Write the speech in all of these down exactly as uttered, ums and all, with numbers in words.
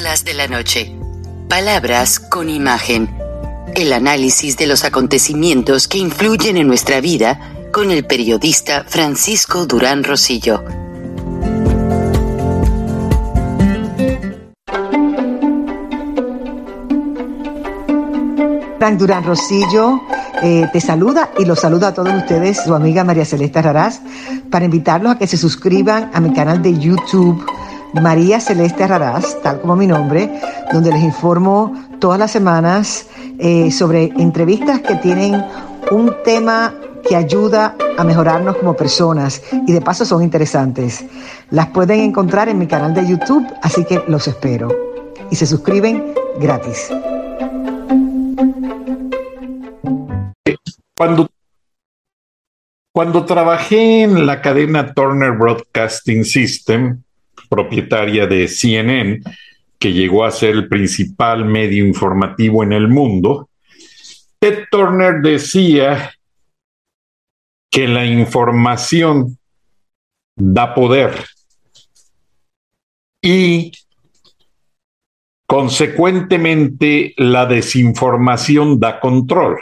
Perlas de la Noche. Palabras con imagen. El análisis de los acontecimientos que influyen en nuestra vida con el periodista Francisco Durán Rosillo. Frank Durán Rosillo eh, te saluda y los saluda a todos ustedes, su amiga María Celeste Raraz, para invitarlos a que se suscriban a mi canal de YouTube, María Celeste Raraz, tal como mi nombre, donde les informo todas las semanas eh, sobre entrevistas que tienen un tema que ayuda a mejorarnos como personas y de paso son interesantes. Las pueden encontrar en mi canal de YouTube, así que los espero. Y se suscriben gratis. Cuando, cuando trabajé en la cadena Turner Broadcasting System, propietaria de C N N, que llegó a ser el principal medio informativo en el mundo, Ted Turner decía que la información da poder y, consecuentemente, la desinformación da control.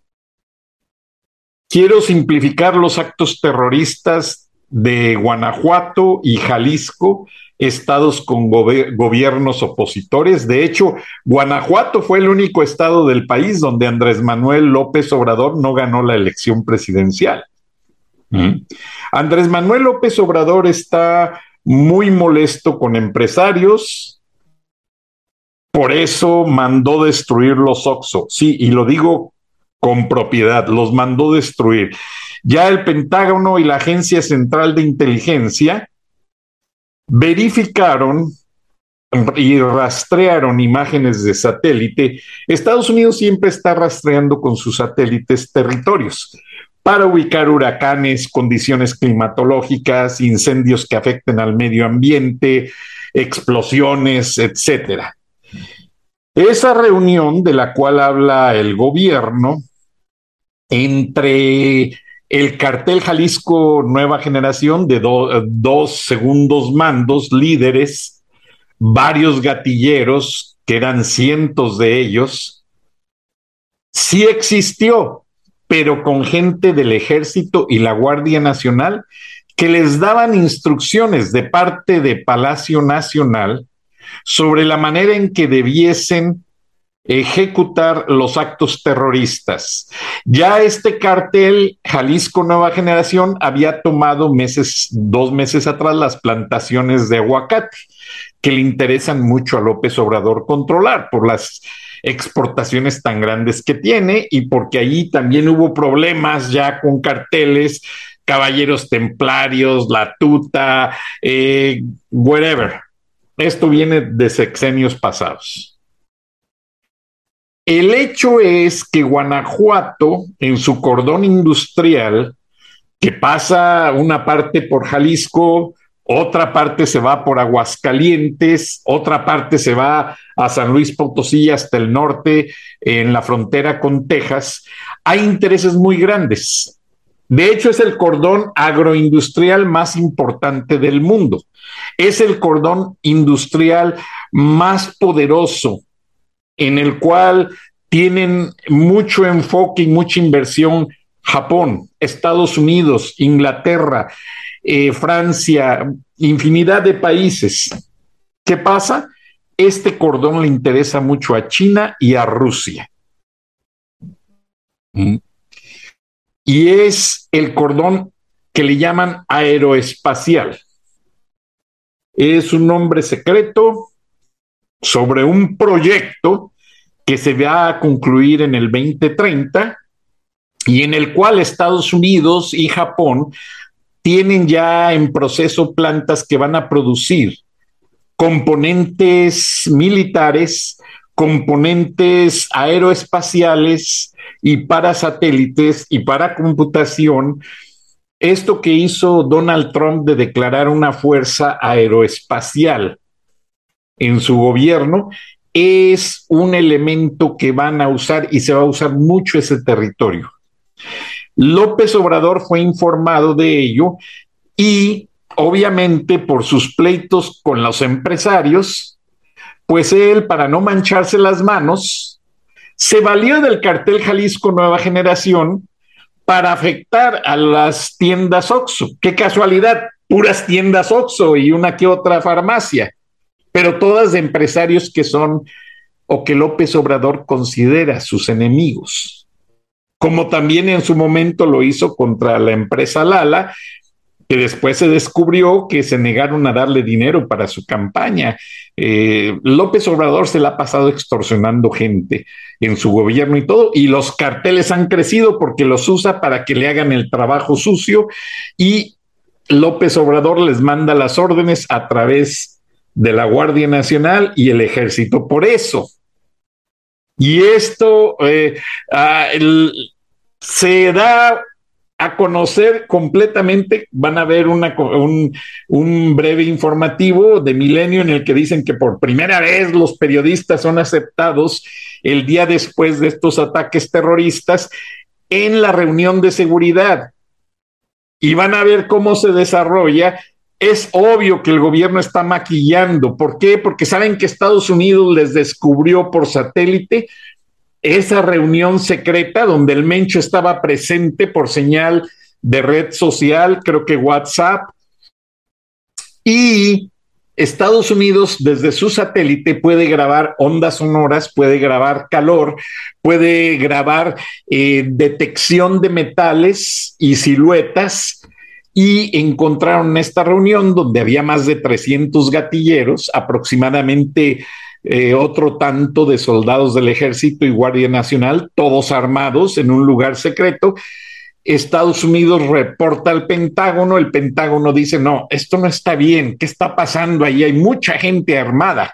Quiero simplificar los actos terroristas de Guanajuato y Jalisco, estados con gobe- gobiernos opositores. De hecho, Guanajuato fue el único estado del país donde Andrés Manuel López Obrador no ganó la elección presidencial. ¿Mm? Andrés Manuel López Obrador está muy molesto con empresarios, por eso mandó destruir los Oxxo. Sí, y lo digo con propiedad, los mandó destruir. Ya el Pentágono y la Agencia Central de Inteligencia verificaron y rastrearon imágenes de satélite. Estados Unidos siempre está rastreando con sus satélites territorios para ubicar huracanes, condiciones climatológicas, incendios que afecten al medio ambiente, explosiones, etcétera. Esa reunión de la cual habla el gobierno entre el cartel Jalisco Nueva Generación de do, dos segundos mandos, líderes, varios gatilleros, que eran cientos de ellos, sí existió, pero con gente del Ejército y la Guardia Nacional que les daban instrucciones de parte de Palacio Nacional sobre la manera en que debiesen ejecutar los actos terroristas. Ya este cartel Jalisco Nueva Generación había tomado meses, dos meses atrás las plantaciones de aguacate, que le interesan mucho a López Obrador controlar por las exportaciones tan grandes que tiene y porque allí también hubo problemas ya con carteles, Caballeros Templarios, La Tuta, eh, whatever. Esto viene de sexenios pasados. El hecho es que Guanajuato, en su cordón industrial, que pasa una parte por Jalisco, otra parte se va por Aguascalientes, otra parte se va a San Luis Potosí hasta el norte, en la frontera con Texas, hay intereses muy grandes. De hecho, es el cordón agroindustrial más importante del mundo. Es el cordón industrial más poderoso, en el cual tienen mucho enfoque y mucha inversión Japón, Estados Unidos, Inglaterra, eh, Francia, infinidad de países. ¿Qué pasa? Este cordón le interesa mucho a China y a Rusia. ¿Mm? Y es el cordón que le llaman aeroespacial. Es un nombre secreto sobre un proyecto que se va a concluir en el veinte treinta y en el cual Estados Unidos y Japón tienen ya en proceso plantas que van a producir componentes militares, componentes aeroespaciales y para satélites y para computación. Esto que hizo Donald Trump de declarar una fuerza aeroespacial en su gobierno es un elemento que van a usar y se va a usar mucho ese territorio. López Obrador fue informado de ello y obviamente por sus pleitos con los empresarios, pues él, para no mancharse las manos, se valió del cartel Jalisco Nueva Generación para afectar a las tiendas Oxxo. Qué casualidad, puras tiendas Oxxo y una que otra farmacia, pero todas de empresarios que son o que López Obrador considera sus enemigos, como también en su momento lo hizo contra la empresa Lala, que después se descubrió que se negaron a darle dinero para su campaña. Eh, López Obrador se la ha pasado extorsionando gente en su gobierno y todo, y los carteles han crecido porque los usa para que le hagan el trabajo sucio, y López Obrador les manda las órdenes a través de la Guardia Nacional y el Ejército. Por eso. Y esto eh, ah, el, se da a conocer completamente. Van a ver una, un, un breve informativo de Milenio en el que dicen que por primera vez los periodistas son aceptados el día después de estos ataques terroristas en la reunión de seguridad. Y van a ver cómo se desarrolla. Es obvio que el gobierno está maquillando. ¿Por qué? Porque saben que Estados Unidos les descubrió por satélite esa reunión secreta donde el Mencho estaba presente por señal de red social, creo que WhatsApp, y Estados Unidos desde su satélite puede grabar ondas sonoras, puede grabar calor, puede grabar eh, detección de metales y siluetas, y encontraron esta reunión donde había más de trescientos gatilleros, aproximadamente Eh, otro tanto de soldados del Ejército y Guardia Nacional, todos armados en un lugar secreto. Estados Unidos reporta al Pentágono, el Pentágono dice, no, esto no está bien, ¿qué está pasando ahí? Hay mucha gente armada.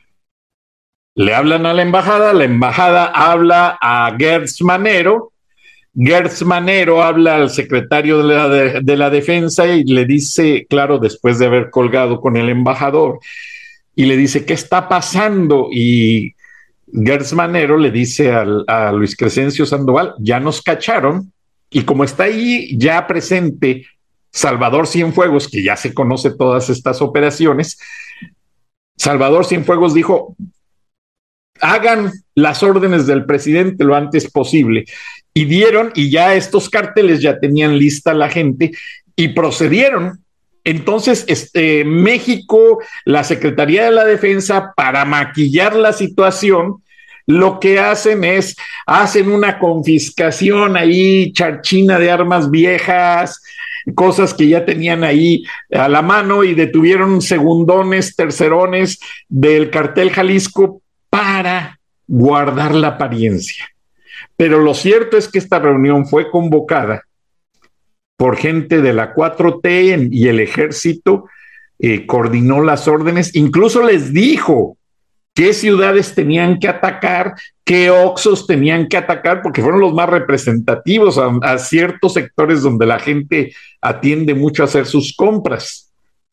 Le hablan a la embajada, la embajada habla a Gertz Manero, Gertz Manero habla al secretario de la, de, de la Defensa y le dice, claro, después de haber colgado con el embajador, y le dice, ¿qué está pasando? Y Gertz Manero le dice al, a Luis Crescencio Sandoval, ya nos cacharon, y como está ahí ya presente Salvador Cienfuegos, que ya se conoce todas estas operaciones, Salvador Cienfuegos dijo, hagan las órdenes del presidente lo antes posible, y dieron, y ya estos cárteles ya tenían lista la gente, y procedieron. Entonces, este, México, la Secretaría de la Defensa, para maquillar la situación, lo que hacen es, hacen una confiscación ahí, charchina de armas viejas, cosas que ya tenían ahí a la mano, y detuvieron segundones, tercerones del cartel Jalisco para guardar la apariencia. Pero lo cierto es que esta reunión fue convocada por gente de la cuatro T y el Ejército, eh, coordinó las órdenes, incluso les dijo qué ciudades tenían que atacar, qué Oxxos tenían que atacar, porque fueron los más representativos a, a ciertos sectores donde la gente atiende mucho a hacer sus compras.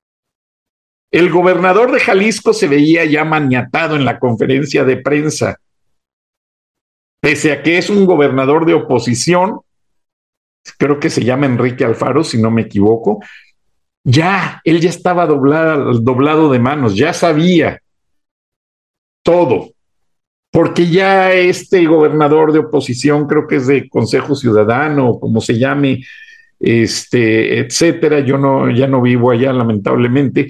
El gobernador de Jalisco se veía ya maniatado en la conferencia de prensa, pese a que es un gobernador de oposición, creo que se llama Enrique Alfaro, si no me equivoco, ya, él ya estaba doblado, doblado de manos, ya sabía todo, porque ya este gobernador de oposición, creo que es de Consejo Ciudadano, como se llame, este, etcétera, yo no, ya no vivo allá, lamentablemente,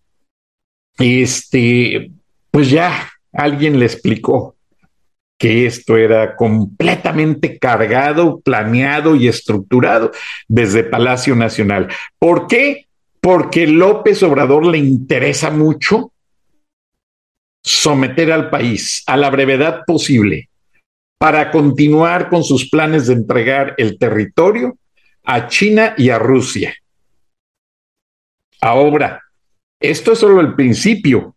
este, pues ya alguien le explicó que esto era completamente cargado, planeado y estructurado desde Palacio Nacional. ¿Por qué? Porque López Obrador le interesa mucho someter al país a la brevedad posible para continuar con sus planes de entregar el territorio a China y a Rusia. Ahora, esto es solo el principio.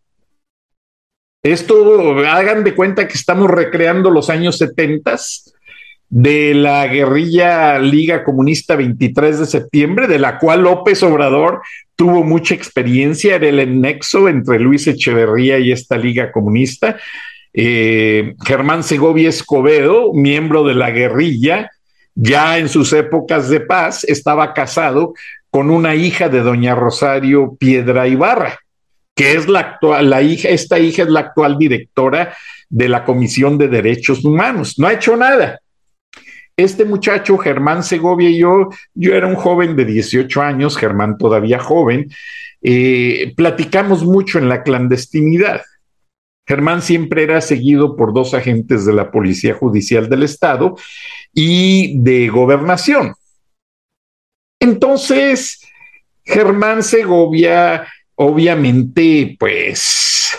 Esto, hagan de cuenta que estamos recreando los años setenta de la guerrilla Liga Comunista veintitrés de septiembre, de la cual López Obrador tuvo mucha experiencia, era el nexo entre Luis Echeverría y esta Liga Comunista. Eh, Germán Segovia Escobedo, miembro de la guerrilla, ya en sus épocas de paz, estaba casado con una hija de doña Rosario Piedra Ibarra. que es la actual, la hija, esta hija es la actual directora de la Comisión de Derechos Humanos. No ha hecho nada. Este muchacho, Germán Segovia, y yo, yo era un joven de dieciocho años, Germán todavía joven, eh, platicamos mucho en la clandestinidad. Germán siempre era seguido por dos agentes de la Policía Judicial del Estado y de Gobernación. Entonces, Germán Segovia, obviamente, pues,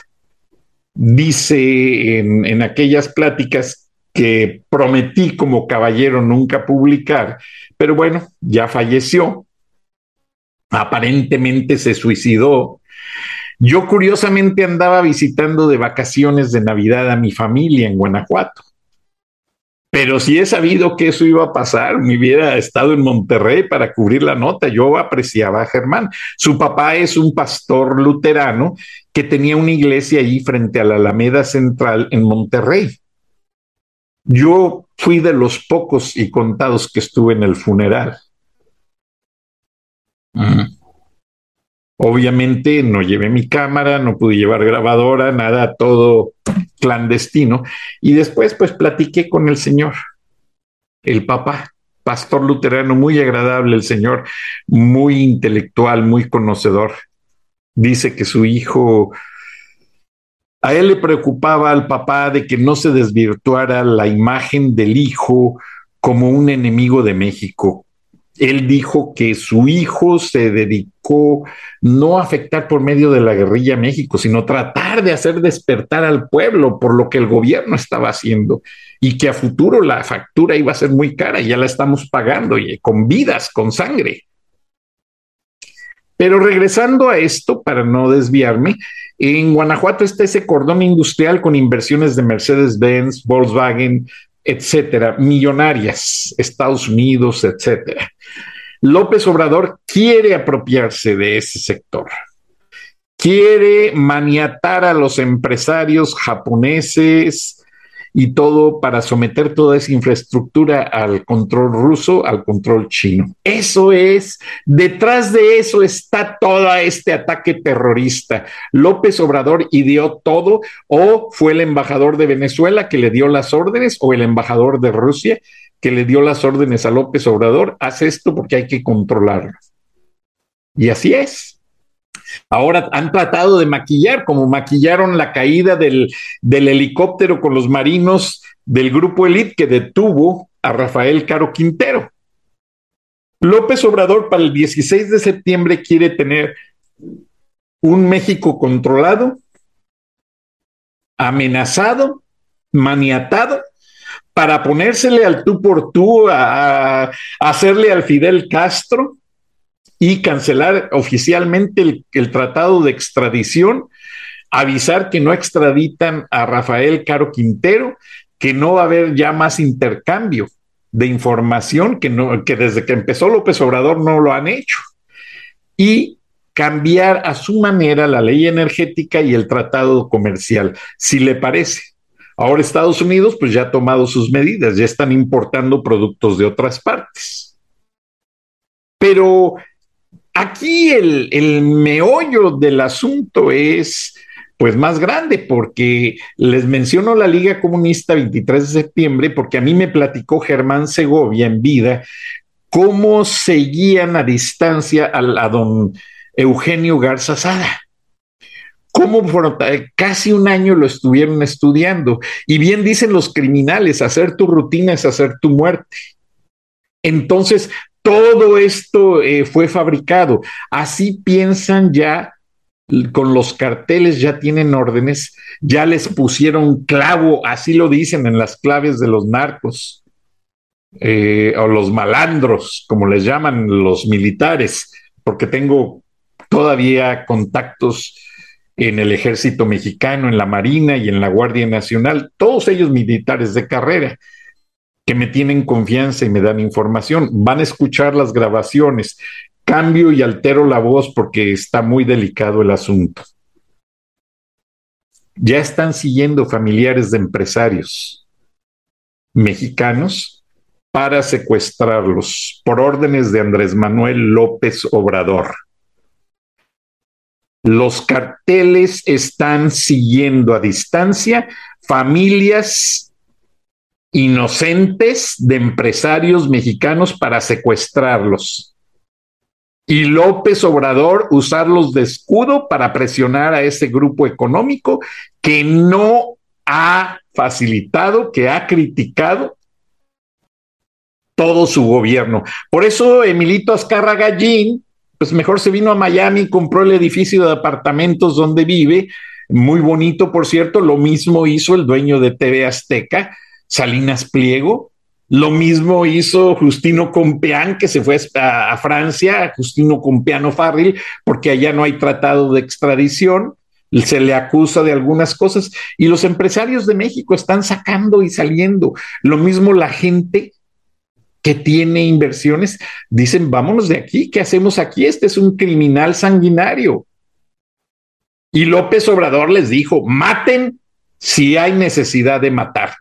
dice en, en aquellas pláticas que prometí como caballero nunca publicar, pero bueno, ya falleció, aparentemente se suicidó. Yo curiosamente andaba visitando de vacaciones de Navidad a mi familia en Guanajuato. Pero si he sabido que eso iba a pasar, me hubiera estado en Monterrey para cubrir la nota. Yo apreciaba a Germán. Su papá es un pastor luterano que tenía una iglesia ahí frente a la Alameda Central en Monterrey. Yo fui de los pocos y contados que estuve en el funeral. Mm. Obviamente no llevé mi cámara, no pude llevar grabadora, nada, todo clandestino. Y después pues platiqué con el señor, el papá, pastor luterano, muy agradable el señor, muy intelectual, muy conocedor. Dice que su hijo, a él le preocupaba al papá de que no se desvirtuara la imagen del hijo como un enemigo de México. Él dijo que su hijo se dedicó no a afectar por medio de la guerrilla a México, sino tratar de hacer despertar al pueblo por lo que el gobierno estaba haciendo y que a futuro la factura iba a ser muy cara y ya la estamos pagando y con vidas, con sangre. Pero regresando a esto, para no desviarme, en Guanajuato está ese cordón industrial con inversiones de Mercedes-Benz, Volkswagen, etcétera, millonarias, Estados Unidos, etcétera. López Obrador quiere apropiarse de ese sector, quiere maniatar a los empresarios japoneses y todo para someter toda esa infraestructura al control ruso, al control chino. Eso es, detrás de eso está todo este ataque terrorista. López Obrador ideó todo, o fue el embajador de Venezuela que le dio las órdenes, o el embajador de Rusia que le dio las órdenes a López Obrador, haz esto porque hay que controlarlo. Y así es. Ahora han tratado de maquillar, como maquillaron la caída del, del helicóptero con los marinos del Grupo Elite que detuvo a Rafael Caro Quintero. López Obrador para el dieciséis de septiembre quiere tener un México controlado, amenazado, maniatado, para ponérsele al tú por tú, a, a hacerle al Fidel Castro y cancelar oficialmente el, el tratado de extradición, avisar que no extraditan a Rafael Caro Quintero, que no va a haber ya más intercambio de información, que, no, que desde que empezó López Obrador no lo han hecho, y cambiar a su manera la ley energética y el tratado comercial, si le parece. Ahora Estados Unidos pues ya ha tomado sus medidas, ya están importando productos de otras partes. Pero aquí el, el meollo del asunto es pues más grande, porque les menciono la Liga Comunista veintitrés de septiembre, porque a mí me platicó Germán Segovia en vida cómo seguían a distancia a, a don Eugenio Garza Sada. Cómo por casi un año lo estuvieron estudiando. Y bien dicen los criminales, hacer tu rutina es hacer tu muerte. Entonces, todo esto eh, fue fabricado. Así piensan ya con los carteles, ya tienen órdenes, ya les pusieron clavo, así lo dicen en las claves de los narcos, eh, o los malandros, como les llaman los militares, porque tengo todavía contactos en el ejército mexicano, en la Marina y en la Guardia Nacional, todos ellos militares de carrera, que me tienen confianza y me dan información. Van a escuchar las grabaciones. Cambio y altero la voz porque está muy delicado el asunto. Ya están siguiendo familiares de empresarios mexicanos para secuestrarlos por órdenes de Andrés Manuel López Obrador. Los carteles están siguiendo a distancia familias inocentes de empresarios mexicanos para secuestrarlos. Y López Obrador usarlos de escudo para presionar a ese grupo económico que no ha facilitado, que ha criticado todo su gobierno. Por eso Emilito Azcarra Gallín, pues mejor se vino a Miami y compró el edificio de apartamentos donde vive, muy bonito, por cierto. Lo mismo hizo el dueño de T V Azteca, Salinas Pliego. Lo mismo hizo Justino Compeán, que se fue a, a Francia, Justino Compeán O'Farrill, porque allá no hay tratado de extradición. Se le acusa de algunas cosas y los empresarios de México están sacando y saliendo. Lo mismo la gente que tiene inversiones, dicen, vámonos de aquí, ¿qué hacemos aquí? Este es un criminal sanguinario. Y López Obrador les dijo, maten si hay necesidad de matar.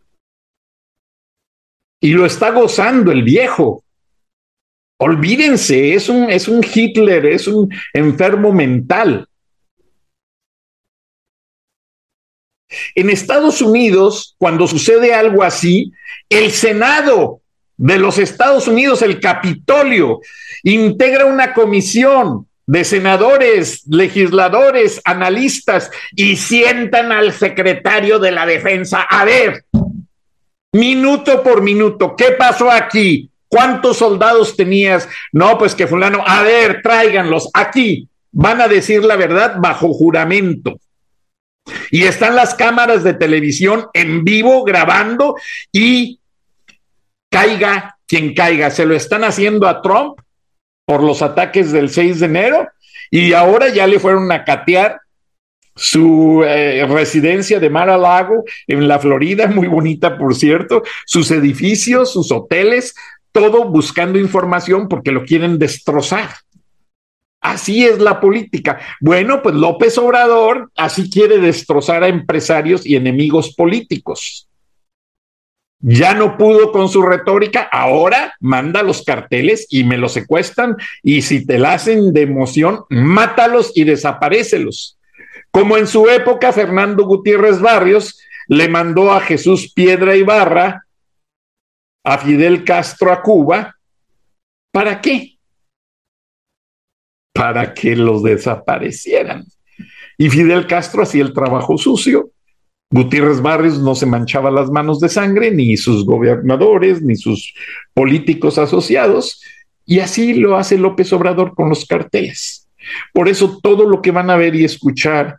Y lo está gozando el viejo. Olvídense, es un, es un Hitler, es un enfermo mental. En Estados Unidos, cuando sucede algo así, el Senado de los Estados Unidos, el Capitolio, integra una comisión de senadores, legisladores, analistas y sientan al secretario de la Defensa. A ver, minuto por minuto, ¿qué pasó aquí? ¿Cuántos soldados tenías? No, pues que fulano, a ver, tráiganlos aquí. Van a decir la verdad bajo juramento. Y están las cámaras de televisión en vivo grabando y caiga quien caiga. Se lo están haciendo a Trump por los ataques del seis de enero y ahora ya le fueron a catear su eh, residencia de Mar-a-Lago en la Florida, muy bonita por cierto, sus edificios, sus hoteles, todo buscando información porque lo quieren destrozar. Así es la política. Bueno, pues López Obrador así quiere destrozar a empresarios y enemigos políticos. Ya no pudo con su retórica, ahora manda los carteles y me los secuestran y si te la hacen de emoción, mátalos y desaparécelos. Como en su época Fernando Gutiérrez Barrios le mandó a Jesús Piedra Ibarra, a Fidel Castro a Cuba. ¿Para qué? Para que los desaparecieran. Y Fidel Castro hacía el trabajo sucio. Gutiérrez Barrios no se manchaba las manos de sangre, ni sus gobernadores, ni sus políticos asociados, y así lo hace López Obrador con los carteles. Por eso todo lo que van a ver y escuchar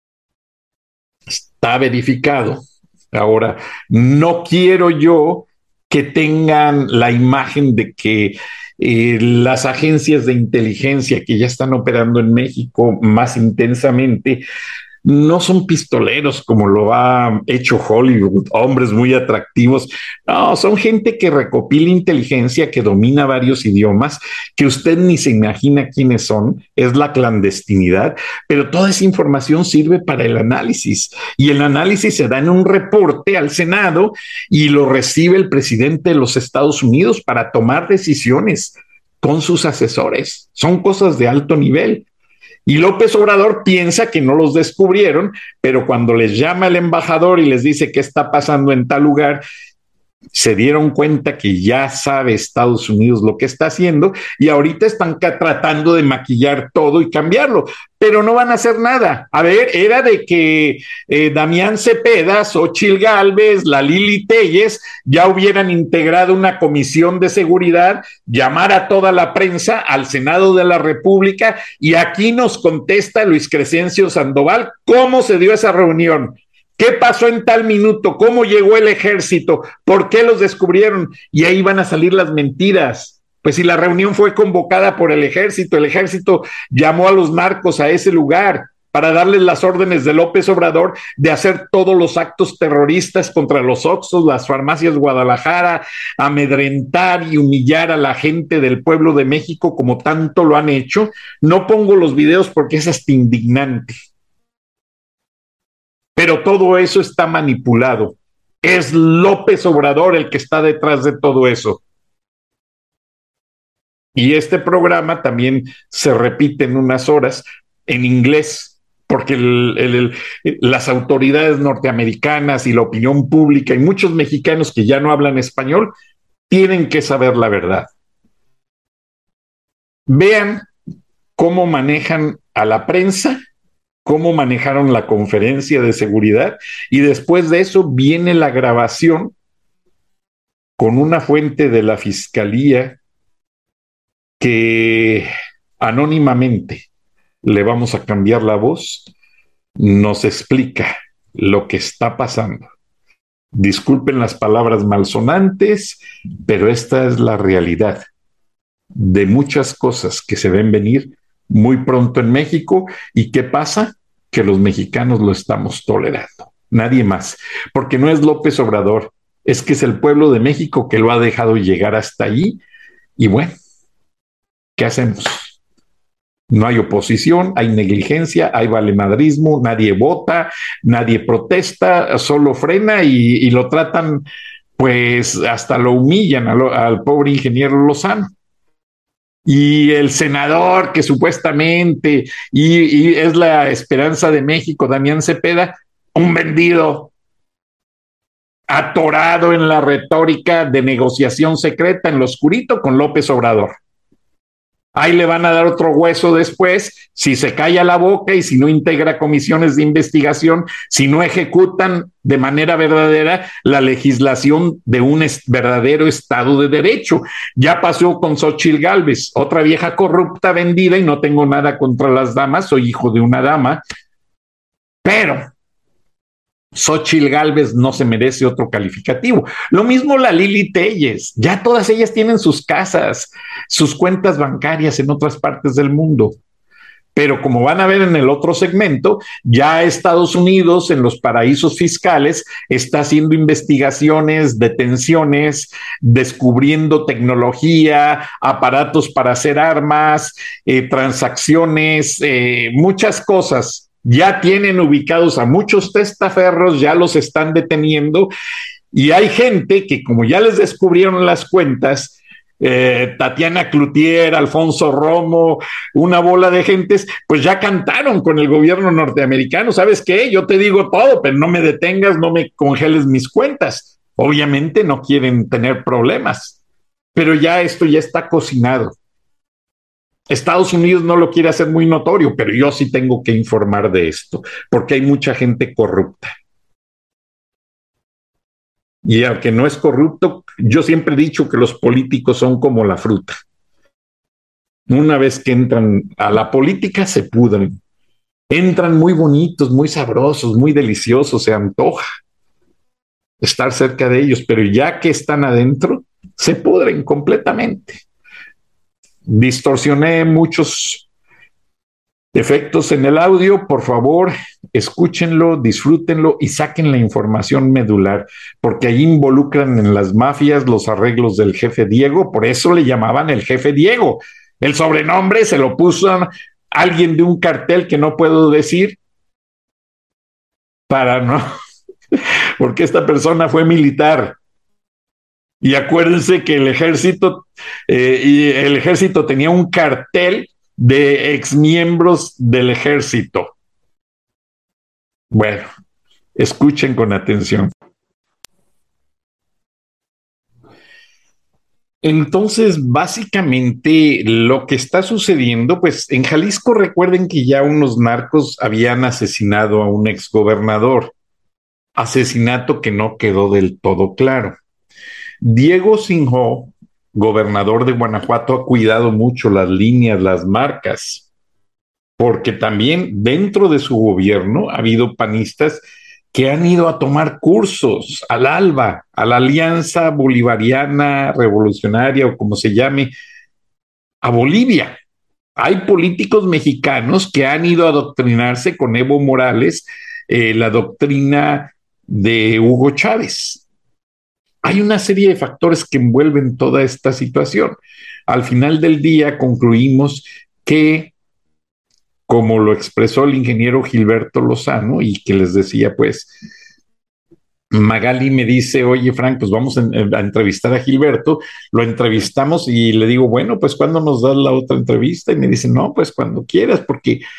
está verificado. Ahora, no quiero yo que tengan la imagen de que eh, las agencias de inteligencia que ya están operando en México más intensamente no son pistoleros como lo ha hecho Hollywood, hombres muy atractivos. No, son gente que recopila inteligencia, que domina varios idiomas, que usted ni se imagina quiénes son, es la clandestinidad, pero toda esa información sirve para el análisis y el análisis se da en un reporte al Senado y lo recibe el presidente de los Estados Unidos para tomar decisiones con sus asesores. Son cosas de alto nivel. Y López Obrador piensa que no los descubrieron, pero cuando les llama el embajador y les dice qué está pasando en tal lugar, se dieron cuenta que ya sabe Estados Unidos lo que está haciendo y ahorita están tratando de maquillar todo y cambiarlo, pero no van a hacer nada. A ver, era de que eh, Damián Cepeda, Xóchitl Gálvez, la Lili Telles ya hubieran integrado una comisión de seguridad, llamar a toda la prensa al Senado de la República y aquí nos contesta Luis Crescencio Sandoval cómo se dio esa reunión. ¿Qué pasó en tal minuto? ¿Cómo llegó el ejército? ¿Por qué los descubrieron? Y ahí van a salir las mentiras. Pues si la reunión fue convocada por el ejército, el ejército llamó a los narcos a ese lugar para darles las órdenes de López Obrador de hacer todos los actos terroristas contra los Oxxos, las farmacias Guadalajara, amedrentar y humillar a la gente del pueblo de México como tanto lo han hecho. No pongo los videos porque es hasta indignante. Pero todo eso está manipulado. Es López Obrador el que está detrás de todo eso. Y este programa también se repite en unas horas en inglés, porque el, el, el, las autoridades norteamericanas y la opinión pública y muchos mexicanos que ya no hablan español tienen que saber la verdad. Vean cómo manejan a la prensa, cómo manejaron la conferencia de seguridad, y después de eso viene la grabación con una fuente de la fiscalía que anónimamente le vamos a cambiar la voz, nos explica lo que está pasando. Disculpen las palabras malsonantes, pero esta es la realidad de muchas cosas que se ven venir muy pronto en México. ¿Y qué pasa? Que los mexicanos lo estamos tolerando, nadie más, porque no es López Obrador, es que es el pueblo de México que lo ha dejado llegar hasta ahí. Y bueno, ¿qué hacemos? No hay oposición, hay negligencia, hay valemadrismo, nadie vota, nadie protesta, solo frena y, y lo tratan, pues hasta lo humillan a lo, al pobre ingeniero Lozano. Y el senador que supuestamente y, y es la esperanza de México, Damián Cepeda, un vendido, atorado en la retórica de negociación secreta en lo oscurito con López Obrador. Ahí le van a dar otro hueso después, si se calla la boca y si no integra comisiones de investigación, si no ejecutan de manera verdadera la legislación de un es- verdadero Estado de Derecho. Ya pasó con Xóchitl Gálvez, otra vieja corrupta vendida, y no tengo nada contra las damas, soy hijo de una dama, pero Xóchitl Gálvez no se merece otro calificativo. Lo mismo la Lili Téllez, ya todas ellas tienen sus casas, sus cuentas bancarias en otras partes del mundo. Pero como van a ver en el otro segmento, ya Estados Unidos en los paraísos fiscales está haciendo investigaciones, detenciones, descubriendo tecnología, aparatos para hacer armas, eh, transacciones, eh, muchas cosas. Ya tienen ubicados a muchos testaferros, ya los están deteniendo, y hay gente que, como ya les descubrieron las cuentas, eh, Tatiana Cloutier, Alfonso Romo, una bola de gentes, pues ya cantaron con el gobierno norteamericano. ¿Sabes qué? Yo te digo todo, pero no me detengas, no me congeles mis cuentas. Obviamente no quieren tener problemas, pero ya esto ya está cocinado. Estados Unidos no lo quiere hacer muy notorio, pero yo sí tengo que informar de esto, porque hay mucha gente corrupta. Y aunque no es corrupto, yo siempre he dicho que los políticos son como la fruta. Una vez que entran a la política, se pudren. Entran muy bonitos, muy sabrosos, muy deliciosos, se antoja estar cerca de ellos, pero ya que están adentro, se pudren completamente. Distorsioné muchos efectos en el audio, por favor, escúchenlo, disfrútenlo y saquen la información medular, porque ahí involucran en las mafias los arreglos del jefe Diego, por eso le llamaban el jefe Diego. El sobrenombre se lo puso a alguien de un cartel que no puedo decir, para no, porque esta persona fue militar. Y acuérdense que el ejército, eh, y el ejército tenía un cartel de exmiembros del ejército. Bueno, escuchen con atención. Entonces, básicamente lo que está sucediendo, pues en Jalisco recuerden que ya unos narcos habían asesinado a un exgobernador, asesinato que no quedó del todo claro. Diego Sinjó, gobernador de Guanajuato, ha cuidado mucho las líneas, las marcas, porque también dentro de su gobierno ha habido panistas que han ido a tomar cursos al ALBA, a la Alianza Bolivariana Revolucionaria o como se llame, a Bolivia. Hay políticos mexicanos que han ido a adoctrinarse con Evo Morales, eh, la doctrina de Hugo Chávez. Hay una serie de factores que envuelven toda esta situación. Al final del día concluimos que, como lo expresó el ingeniero Gilberto Lozano, y que les decía, pues, Magali me dice, oye, Frank, pues vamos a, a entrevistar a Gilberto. Lo entrevistamos y le digo, bueno, pues, ¿cuándo nos das la otra entrevista? Y me dice, no, pues, cuando quieras, porque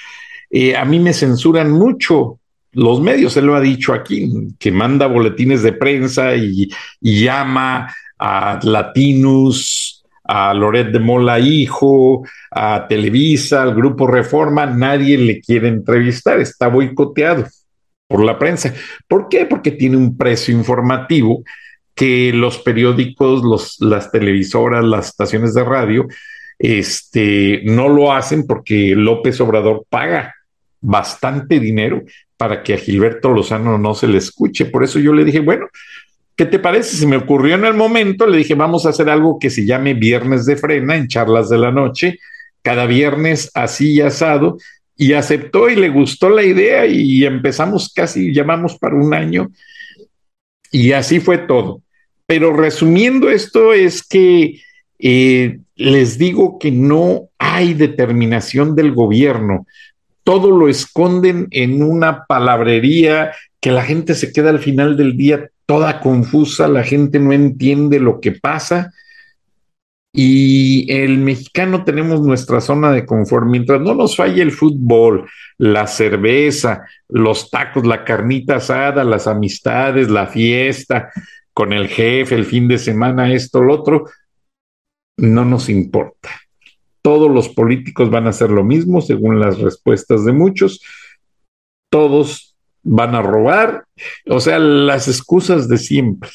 Eh, a mí me censuran mucho los medios, él lo ha dicho aquí, que manda boletines de prensa y, y llama a Latinus, a Loret de Mola Hijo, a Televisa, al Grupo Reforma, nadie le quiere entrevistar, está boicoteado por la prensa. ¿Por qué? Porque tiene un precio informativo que los periódicos, los, las televisoras, las estaciones de radio, este, no lo hacen porque López Obrador paga bastante dinero para que a Gilberto Lozano no se le escuche. Por eso yo le dije, bueno, ¿qué te parece? Se me ocurrió en el momento, le dije, vamos a hacer algo que se llame Viernes de Frena en Charlas de la Noche, cada viernes así y asado, y aceptó y le gustó la idea y empezamos casi, llamamos para un año, y así fue todo. Pero resumiendo esto es que eh, les digo que no hay determinación del gobierno, todo lo esconden en una palabrería que la gente se queda al final del día toda confusa, la gente no entiende lo que pasa y el mexicano tenemos nuestra zona de confort. Mientras no nos falle el fútbol, la cerveza, los tacos, la carnita asada, las amistades, la fiesta con el jefe, el fin de semana, esto, lo otro, no nos importa. Todos los políticos van a hacer lo mismo, según las respuestas de muchos. Todos van a robar, o sea, las excusas de siempre.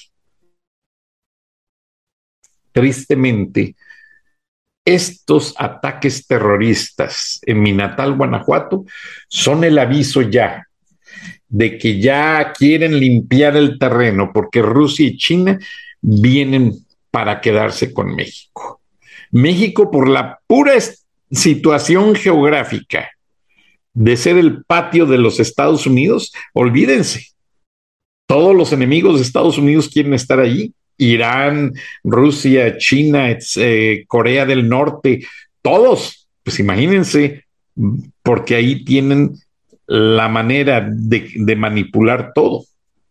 Tristemente, estos ataques terroristas en mi natal Guanajuato son el aviso ya de que ya quieren limpiar el terreno porque Rusia y China vienen para quedarse con México. México, por la pura situación geográfica de ser el patio de los Estados Unidos, olvídense, todos los enemigos de Estados Unidos quieren estar allí. Irán, Rusia, China, eh, Corea del Norte, todos, pues imagínense, porque ahí tienen la manera de, de manipular todo.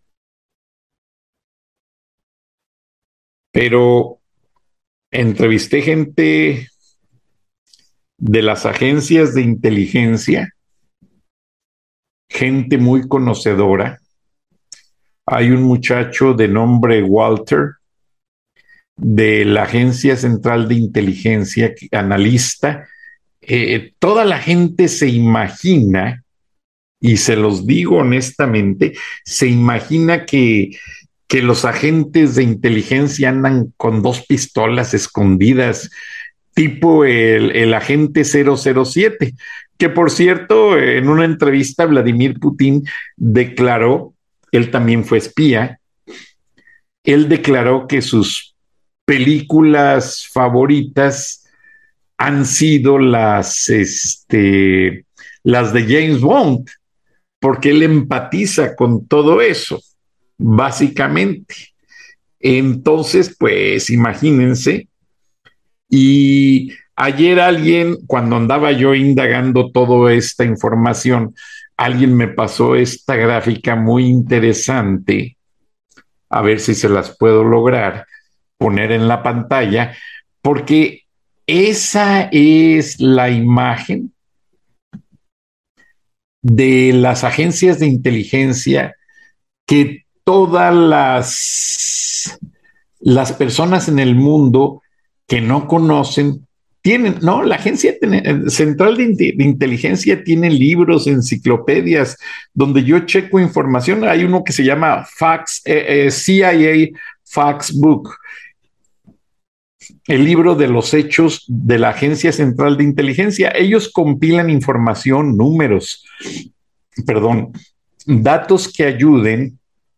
Pero entrevisté gente de las agencias de inteligencia, gente muy conocedora. Hay un muchacho de nombre Walter, de la Agencia Central de Inteligencia, analista. Eh, toda la gente se imagina, y se los digo honestamente, se imagina que, que los agentes de inteligencia andan con dos pistolas escondidas, tipo el, el agente cero cero siete, que por cierto, en una entrevista Vladimir Putin declaró, él también fue espía, él declaró que sus películas favoritas han sido las, este, las de James Bond, porque él empatiza con todo eso, básicamente. Entonces, pues imagínense, y ayer alguien, cuando andaba yo indagando toda esta información, alguien me pasó esta gráfica muy interesante, a ver si se las puedo lograr poner en la pantalla, porque esa es la imagen de las agencias de inteligencia que todas las, las personas en el mundo que no conocen tienen, no, la Agencia Central de, de Inteligencia tiene libros, enciclopedias, donde yo checo información. Hay uno que se llama Facts, eh, eh, C I A Facts Book, el libro de los hechos de la Agencia Central de Inteligencia. Ellos compilan información, números, perdón, datos que ayuden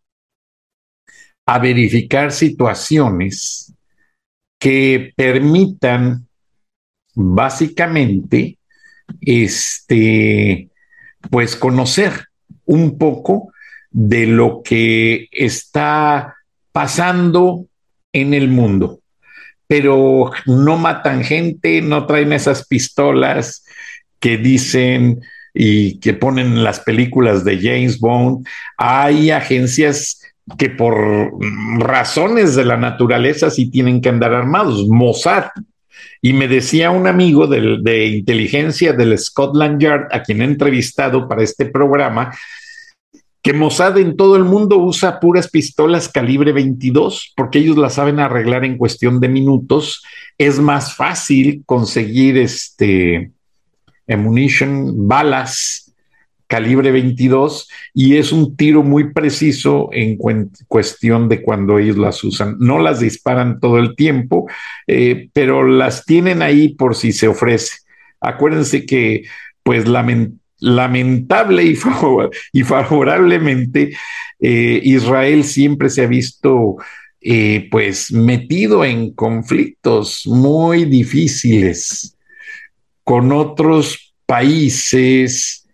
a verificar situaciones que permitan básicamente este, pues conocer un poco de lo que está pasando en el mundo. Pero no matan gente, no traen esas pistolas que dicen y que ponen en las películas de James Bond. Hay agencias que por razones de la naturaleza sí tienen que andar armados. Mossad, Y me decía un amigo de, de inteligencia del Scotland Yard, a quien he entrevistado para este programa, que Mossad en todo el mundo usa puras pistolas calibre veintidós porque ellos las saben arreglar en cuestión de minutos. Es más fácil conseguir este ammunition, balas calibre veintidós, y es un tiro muy preciso en cu- cuestión de cuando ellos las usan. No las disparan todo el tiempo, eh, pero las tienen ahí por si se ofrece. Acuérdense que, pues, lamentablemente, lamentable y, favor, y favorablemente, eh, Israel siempre se ha visto eh, pues metido en conflictos muy difíciles con otros países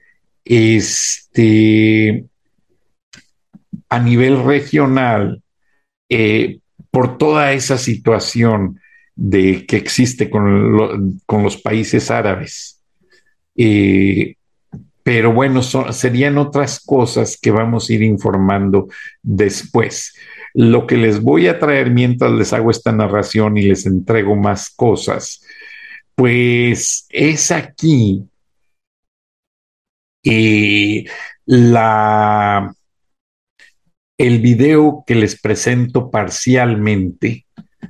este, a nivel regional, eh, por toda esa situación de, que existe con, lo, con los países árabes. Eh, Pero bueno, son, serían otras cosas que vamos a ir informando después. Lo que les voy a traer mientras les hago esta narración y les entrego más cosas, pues es aquí eh, la, el video que les presento parcialmente,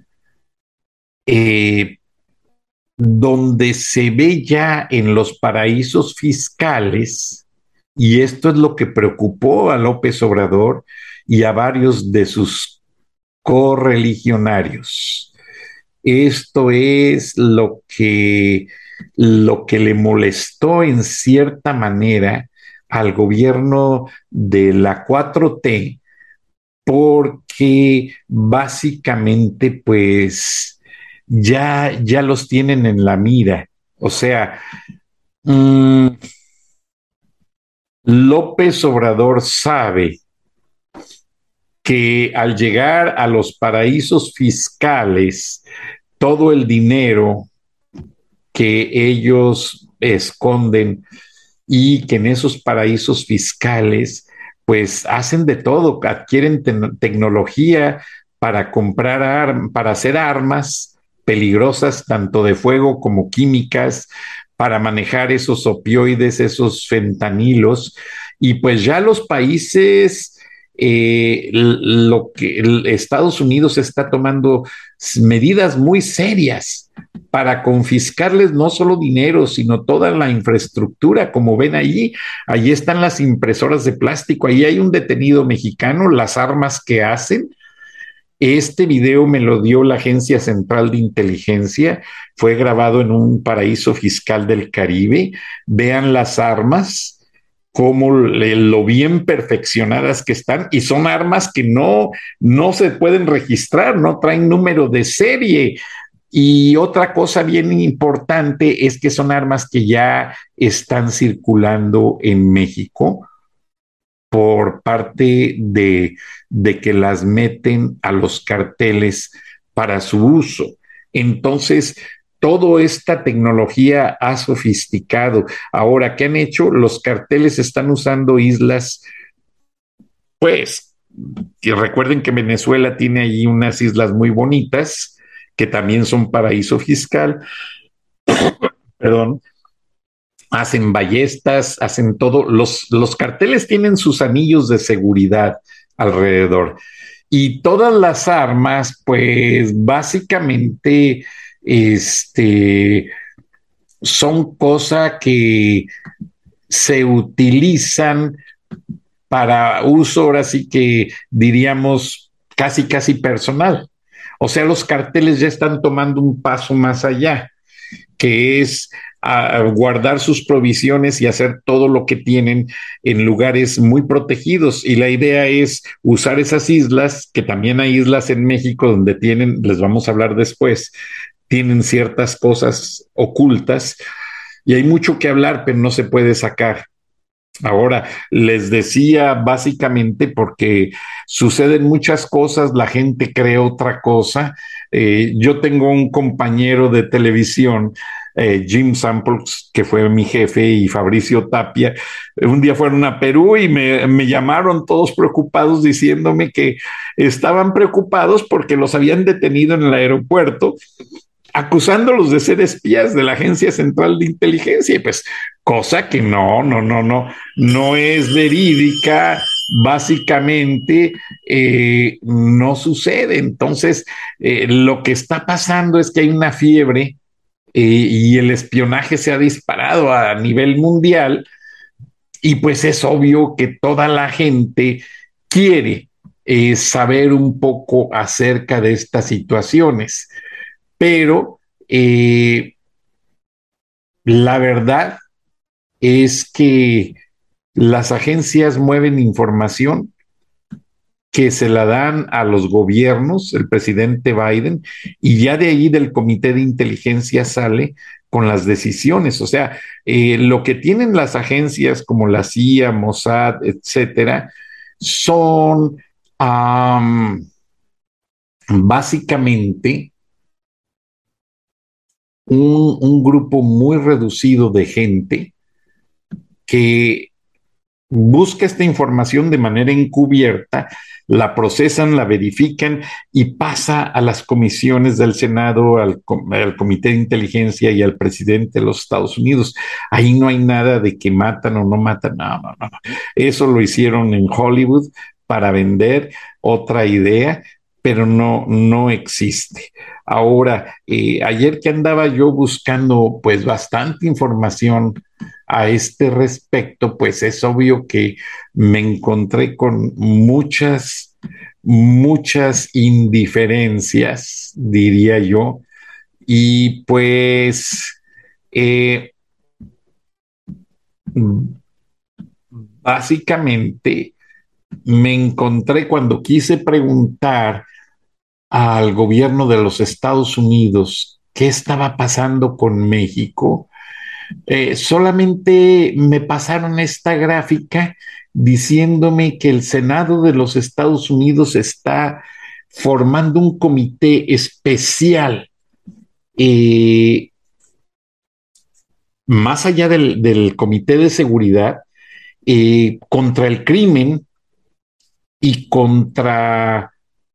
eh, donde se ve ya en los paraísos fiscales, y esto es lo que preocupó a López Obrador y a varios de sus correligionarios. Esto es lo que, lo que le molestó en cierta manera al gobierno de la cuatro T, porque básicamente, pues, ya, ya los tienen en la mira. O sea, mmm, López Obrador sabe que al llegar a los paraísos fiscales, todo el dinero que ellos esconden y que en esos paraísos fiscales, pues hacen de todo, adquieren te- tecnología para comprar, ar- para hacer armas peligrosas, tanto de fuego como químicas, para manejar esos opioides, esos fentanilos, y pues ya los países, eh, lo que el Estados Unidos está tomando medidas muy serias para confiscarles no solo dinero, sino toda la infraestructura. Como ven allí, allí están las impresoras de plástico, ahí hay un detenido mexicano, las armas que hacen. Este video me lo dio la Agencia Central de Inteligencia, fue grabado en un paraíso fiscal del Caribe. Vean las armas, cómo le, lo bien perfeccionadas que están, y son armas que no, no se pueden registrar, no traen número de serie. Y otra cosa bien importante es que son armas que ya están circulando en México por parte de, de que las meten a los carteles para su uso. Entonces, toda esta tecnología ha sofisticado. Ahora, ¿qué han hecho? Los carteles están usando islas, pues, y recuerden que Venezuela tiene allí unas islas muy bonitas, que también son paraíso fiscal, perdón, hacen ballestas, hacen todo. Los, los carteles tienen sus anillos de seguridad alrededor. Y todas las armas, pues básicamente, este, son cosas que se utilizan para uso, ahora sí que diríamos casi, casi personal. O sea, los carteles ya están tomando un paso más allá, que es a guardar sus provisiones y hacer todo lo que tienen en lugares muy protegidos. Y la idea es usar esas islas, que también hay islas en México donde tienen, les vamos a hablar después, tienen ciertas cosas ocultas, y hay mucho que hablar, pero no se puede sacar. Ahora, les decía básicamente porque suceden muchas cosas, la gente cree otra cosa. Eh, yo tengo un compañero de televisión, eh, Jim Samples, que fue mi jefe, y Fabricio Tapia. Un día fueron a Perú y me, me llamaron todos preocupados diciéndome que estaban preocupados porque los habían detenido en el aeropuerto acusándolos de ser espías de la Agencia Central de Inteligencia, y pues cosa que no, no, no, no, no es verídica, básicamente eh, no sucede. Entonces, eh, lo que está pasando es que hay una fiebre eh, y el espionaje se ha disparado a nivel mundial, y pues es obvio que toda la gente quiere eh, saber un poco acerca de estas situaciones, pero eh, la verdad es que las agencias mueven información que se la dan a los gobiernos, el presidente Biden, y ya de ahí del comité de inteligencia sale con las decisiones. O sea, eh, lo que tienen las agencias como la C I A, Mossad, etcétera, son um, básicamente un, un grupo muy reducido de gente que busca esta información de manera encubierta, la procesan, la verifican y pasa a las comisiones del Senado, al, al Comité de Inteligencia y al presidente de los Estados Unidos. Ahí no hay nada de que matan o no matan, no, no, no. Eso lo hicieron en Hollywood para vender otra idea, pero no, no existe. Ahora, eh, ayer que andaba yo buscando pues bastante información a este respecto, pues es obvio que me encontré con muchas, muchas indiferencias, diría yo, y pues eh, básicamente me encontré cuando quise preguntar al gobierno de los Estados Unidos qué estaba pasando con México. Eh, solamente me pasaron esta gráfica diciéndome que el Senado de los Estados Unidos está formando un comité especial, eh, más allá del, del comité de seguridad, eh, contra el crimen y contra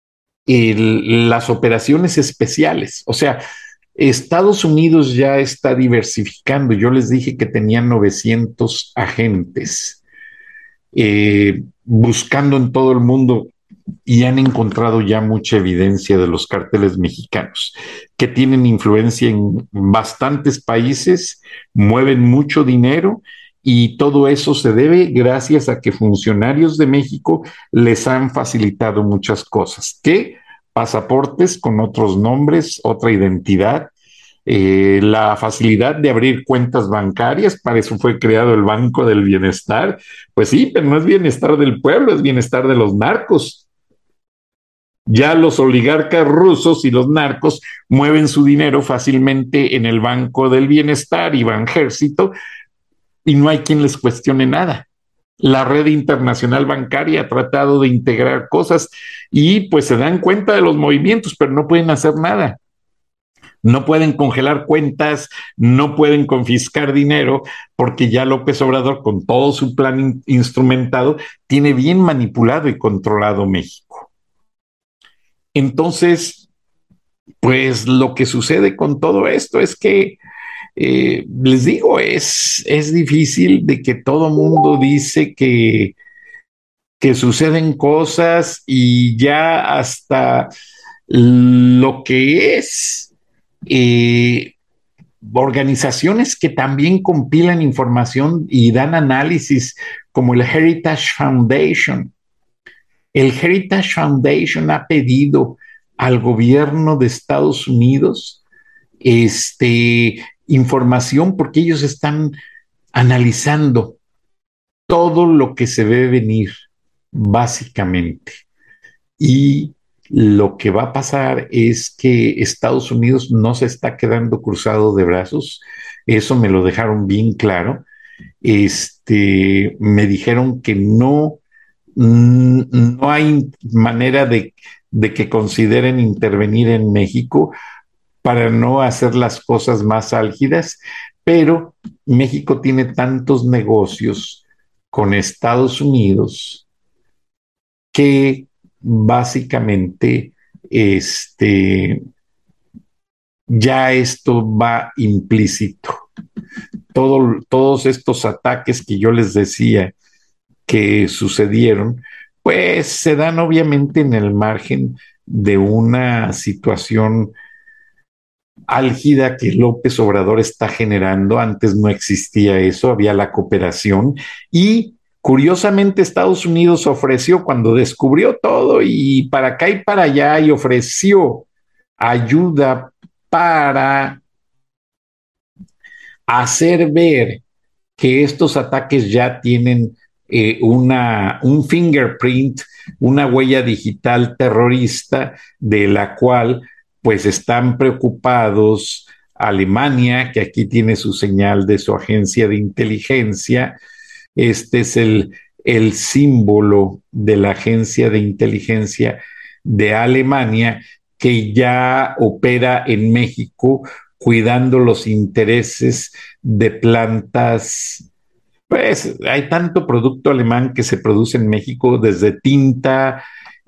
el, las operaciones especiales. O sea, Estados Unidos ya está diversificando. Yo les dije que tenían novecientos agentes eh, buscando en todo el mundo, y han encontrado ya mucha evidencia de los cárteles mexicanos, que tienen influencia en bastantes países, mueven mucho dinero, y todo eso se debe gracias a que funcionarios de México les han facilitado muchas cosas, que pasaportes con otros nombres, otra identidad, eh, la facilidad de abrir cuentas bancarias. Para eso fue creado el Banco del Bienestar. Pues sí, pero no es bienestar del pueblo, es bienestar de los narcos. Ya los oligarcas rusos y los narcos mueven su dinero fácilmente en el Banco del Bienestar y Banjército, y no hay quien les cuestione nada. La red internacional bancaria ha tratado de integrar cosas y pues se dan cuenta de los movimientos, pero no pueden hacer nada. No pueden congelar cuentas, no pueden confiscar dinero, porque ya López Obrador, con todo su plan in- instrumentado, tiene bien manipulado y controlado México. Entonces, pues lo que sucede con todo esto es que, eh, les digo, es, es difícil de que todo mundo dice que, que suceden cosas, y ya hasta lo que es eh, organizaciones que también compilan información y dan análisis, como el Heritage Foundation. El Heritage Foundation ha pedido al gobierno de Estados Unidos este, información, porque ellos están analizando todo lo que se ve venir, básicamente. Y lo que va a pasar es que Estados Unidos no se está quedando cruzado de brazos. Eso me lo dejaron bien claro. Este, me dijeron que no, no hay manera de, de que consideren intervenir en México para no hacer las cosas más álgidas, pero México tiene tantos negocios con Estados Unidos que básicamente este, ya esto va implícito. Todo, todos estos ataques que yo les decía que sucedieron, pues se dan obviamente en el margen de una situación álgida que López Obrador está generando. Antes no existía eso, había la cooperación y curiosamente Estados Unidos ofreció cuando descubrió todo y para acá y para allá y ofreció ayuda para hacer ver que estos ataques ya tienen eh, una, un fingerprint, una huella digital terrorista de la cual pues están preocupados Alemania, que aquí tiene su señal de su agencia de inteligencia. Este es el, el símbolo de la agencia de inteligencia de Alemania, que ya opera en México cuidando los intereses de plantas. Pues hay tanto producto alemán que se produce en México, desde tinta,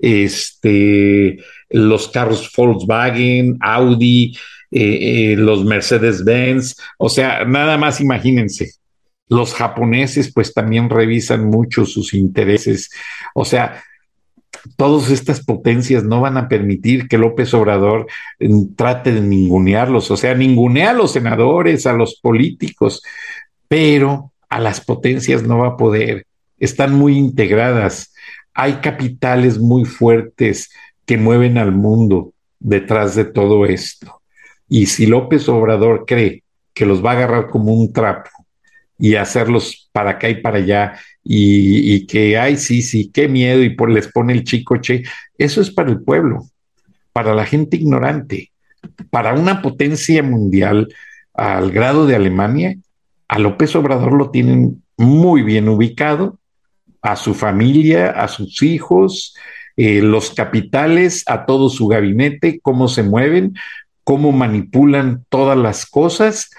este, los carros Volkswagen, Audi, eh, eh, los Mercedes-Benz, o sea, nada más imagínense. Los japoneses pues también revisan mucho sus intereses, o sea, todas estas potencias no van a permitir que López Obrador eh, trate de ningunearlos, o sea, ningunea a los senadores, a los políticos, pero a las potencias no va a poder. Están muy integradas. Hay capitales muy fuertes que mueven al mundo detrás de todo esto. Y si López Obrador cree que los va a agarrar como un trapo y hacerlos para acá y para allá y, y que, ay, sí, sí, qué miedo y por, les pone el chicoche, eso es para el pueblo, para la gente ignorante, para una potencia mundial al grado de Alemania. A López Obrador lo tienen muy bien ubicado, a su familia, a sus hijos, eh, los capitales, a todo su gabinete, cómo se mueven, cómo manipulan todas las cosas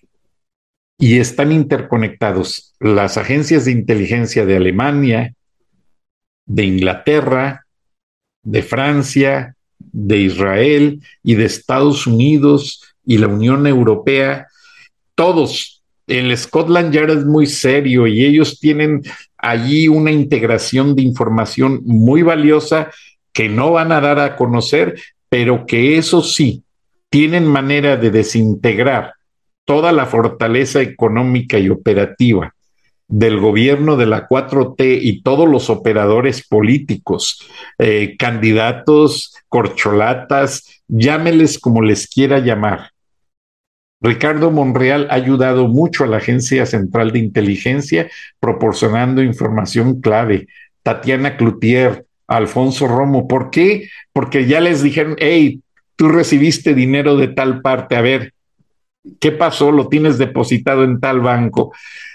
y están interconectados. Las agencias de inteligencia de Alemania, de Inglaterra, de Francia, de Israel y de Estados Unidos y la Unión Europea, todos. El Scotland Yard es muy serio y ellos tienen allí una integración de información muy valiosa que no van a dar a conocer, pero que eso sí, tienen manera de desintegrar toda la fortaleza económica y operativa del gobierno de la cuatro T y todos los operadores políticos, eh, candidatos, corcholatas, llámeles como les quiera llamar. Ricardo Monreal ha ayudado mucho a la Agencia Central de Inteligencia proporcionando información clave. Tatiana Cloutier, Alfonso Romo, ¿por qué? Porque ya les dijeron, hey, tú recibiste dinero de tal parte, a ver, ¿qué pasó? Lo tienes depositado en tal banco.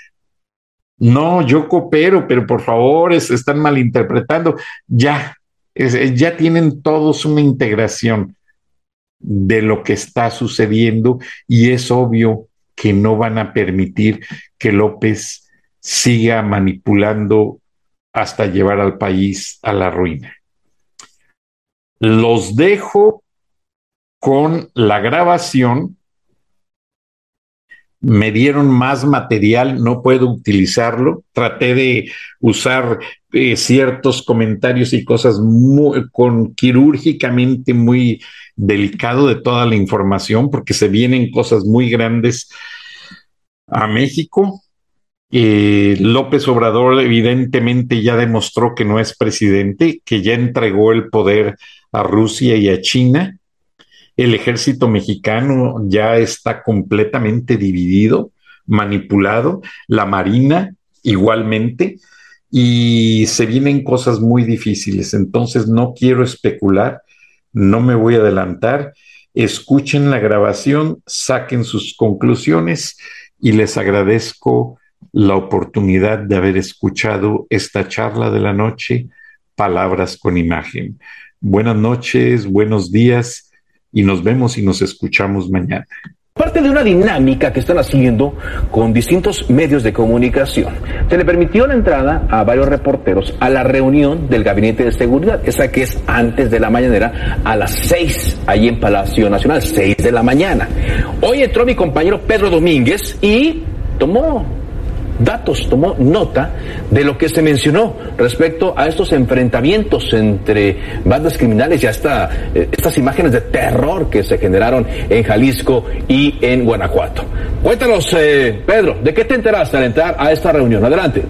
No, yo coopero, pero por favor, es, están malinterpretando. Ya, es, ya tienen todos una integración de lo que está sucediendo y es obvio que no van a permitir que López siga manipulando hasta llevar al país a la ruina. Los dejo con la grabación. Me dieron más material, no puedo utilizarlo. Traté de usar eh, ciertos comentarios y cosas muy, con quirúrgicamente muy delicado de toda la información, porque se vienen cosas muy grandes a México. Eh, López Obrador evidentemente ya demostró que no es presidente, que ya entregó el poder a Rusia y a China. El ejército mexicano ya está completamente dividido, manipulado, la Marina igualmente, y se vienen cosas muy difíciles. Entonces no quiero especular, no me voy a adelantar. Escuchen la grabación, saquen sus conclusiones y les agradezco la oportunidad de haber escuchado esta charla de la noche, Palabras con Imagen. Buenas noches, buenos días y nos vemos y nos escuchamos mañana. Parte de una dinámica que están haciendo con distintos medios de comunicación. Se le permitió la entrada a varios reporteros a la reunión del Gabinete de Seguridad, esa que es antes de la mañanera, a las seis, allí en Palacio Nacional, seis de la mañana. Hoy entró mi compañero Pedro Domínguez y tomó datos, tomó nota de lo que se mencionó respecto a estos enfrentamientos entre bandas criminales y hasta eh, estas imágenes de terror que se generaron en Jalisco y en Guanajuato. Cuéntanos, eh, Pedro, ¿de qué te enteraste al entrar a esta reunión? Adelante.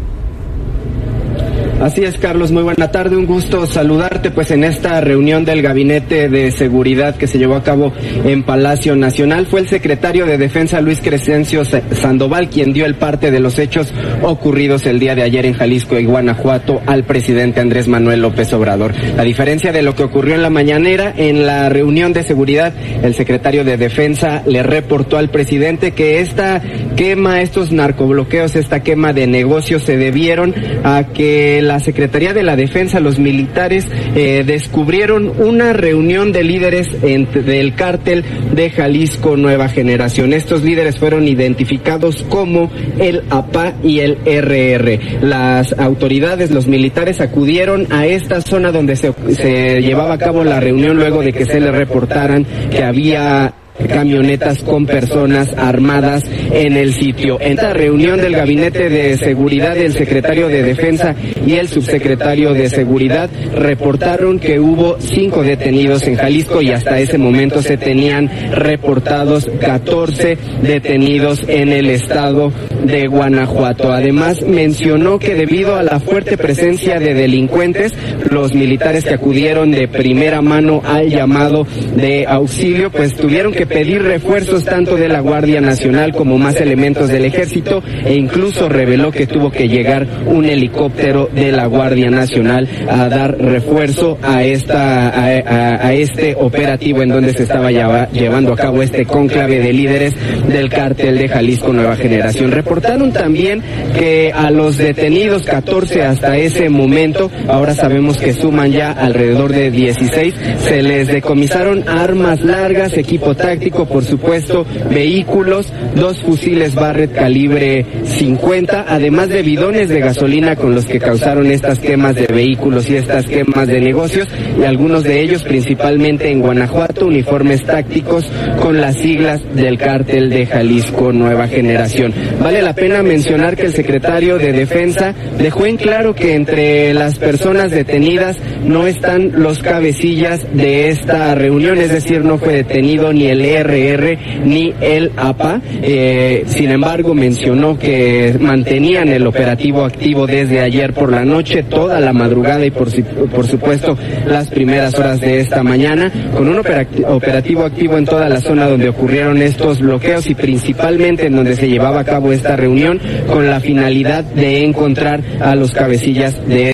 Así es, Carlos, muy buena tarde, un gusto saludarte pues en esta reunión del Gabinete de Seguridad que se llevó a cabo en Palacio Nacional. Fue el secretario de Defensa Luis Crescencio Sandoval quien dio el parte de los hechos ocurridos el día de ayer en Jalisco y Guanajuato al presidente Andrés Manuel López Obrador. A diferencia de lo que ocurrió en la mañanera, en la reunión de seguridad, el secretario de Defensa le reportó al presidente que esta quema, estos narcobloqueos, esta quema de negocios se debieron a que la Secretaría de la Defensa, los militares, eh, descubrieron una reunión de líderes entre, del cártel de Jalisco Nueva Generación. Estos líderes fueron identificados como el A P A y el R R. Las autoridades, los militares, acudieron a esta zona donde se, se llevaba a cabo la reunión luego de que se les reportaran que había camionetas con personas armadas en el sitio. En esta reunión del Gabinete de Seguridad, el secretario de Defensa y el subsecretario de Seguridad reportaron que hubo cinco detenidos en Jalisco y hasta ese momento se tenían reportados catorce detenidos en el estado de Guanajuato. Además, mencionó que debido a la fuerte presencia de delincuentes, los militares que acudieron de primera mano al llamado de auxilio, pues tuvieron que pedir refuerzos tanto de la Guardia Nacional como más elementos del Ejército, e incluso reveló que tuvo que llegar un helicóptero de la Guardia Nacional a dar refuerzo a esta a, a, a este operativo en donde se estaba lleva, llevando a cabo este cónclave de líderes del cártel de Jalisco Nueva Generación. Reportaron también que a los detenidos, catorce hasta ese momento, ahora sabemos que suman ya alrededor de dieciséis, se les decomisaron armas largas, equipo táctico, por supuesto, vehículos, dos fusiles Barrett calibre cincuenta, además de bidones de gasolina con los que causaron estas quemas de vehículos y estas quemas de negocios, y algunos de ellos, principalmente en Guanajuato, uniformes tácticos con las siglas del cártel de Jalisco Nueva Generación. Vale la pena mencionar que el secretario de Defensa dejó en claro que entre las personas detenidas no están los cabecillas de esta reunión, es decir, no fue detenido ni el R R ni el A P A. Eh, sin embargo, mencionó que mantenían el operativo activo desde ayer por la noche, toda la madrugada y por, por supuesto las primeras horas de esta mañana, con un operativo activo en toda la zona donde ocurrieron estos bloqueos y principalmente en donde se llevaba a cabo esta reunión con la finalidad de encontrar a los cabecillas de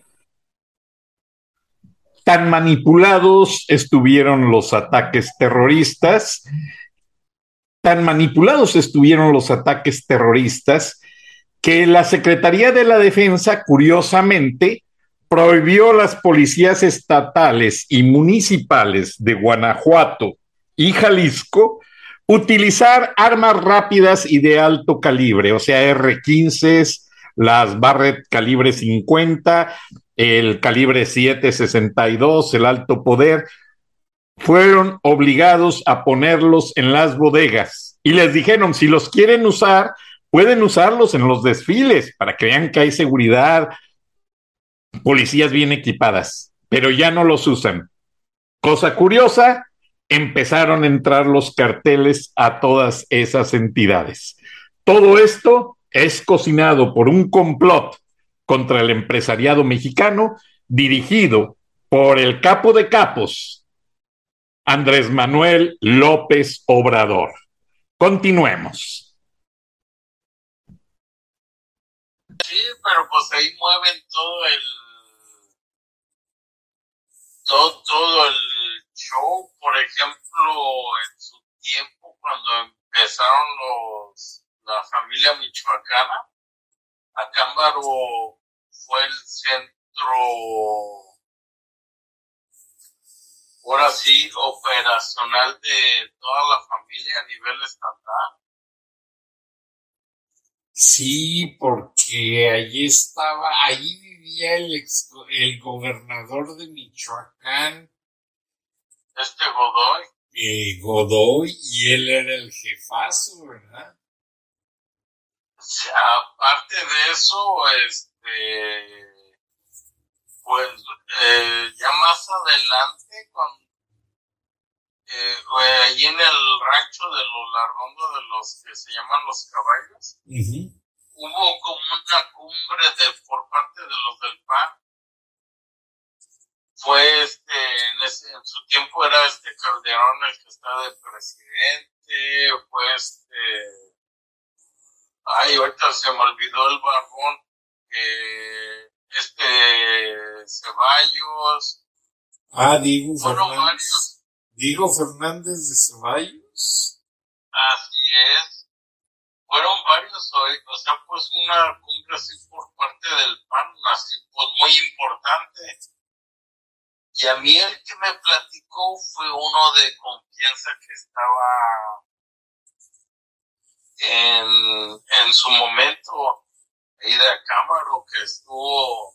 Tan manipulados estuvieron los ataques terroristas, tan manipulados estuvieron los ataques terroristas que la Secretaría de la Defensa, curiosamente, prohibió a las policías estatales y municipales de Guanajuato y Jalisco utilizar armas rápidas y de alto calibre, o sea, erre quince, las Barrett calibre cincuenta, el calibre siete sesenta y dos, el alto poder. Fueron obligados a ponerlos en las bodegas y les dijeron, si los quieren usar, pueden usarlos en los desfiles para que vean que hay seguridad, policías bien equipadas, pero ya no los usan. Cosa curiosa, empezaron a entrar los carteles a todas esas entidades. Todo esto es cocinado por un complot contra el empresariado mexicano dirigido por el capo de capos, Andrés Manuel López Obrador. Continuemos. Sí, pero pues ahí mueven todo el todo, todo el show. Por ejemplo, en su tiempo, cuando empezaron los la familia michoacana, Acámbaro fue el centro ahora sí, operacional de toda la familia a nivel estatal. Sí, porque allí estaba, ahí vivía el, ex, el gobernador de Michoacán. Este Godoy. Eh, Godoy, y él era el jefazo, ¿verdad? Sí, aparte de eso, este, pues eh, ya más adelante, cuando eh, allí en el rancho de los Larrondo, de los que se llaman los caballos, uh-huh. hubo como una cumbre de por parte de los del P A N. Fue este, en, ese, en su tiempo era este Calderón el que está de presidente, fue este, ay, ahorita se me olvidó el barbón, eh, este Ceballos. Ah, Diego fueron Fernández. Varios. Diego Fernández de Ceballos. Así es. Fueron varios, o sea, pues una cumbre así por parte del P A N, así pues muy importante. Y a mí el que me platicó fue uno de confianza que estaba en, en su momento ahí de Acámbaro, que estuvo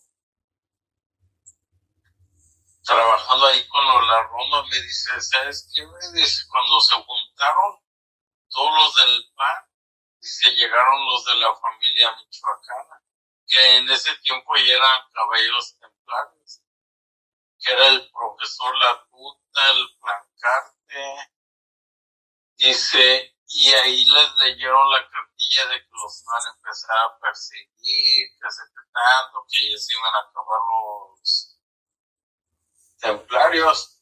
trabajando ahí con los Larrondo. Me dice, ¿sabes qué? Me dice, cuando se juntaron todos los del P A N, dice, llegaron los de la familia michoacana, que en ese tiempo ya eran caballeros templarios, que era el profesor Latuta, el Plancarte, dice, y ahí les leyeron la cartilla de que los iban a empezar a perseguir, que hace tanto, que ya se iban a acabar los templarios.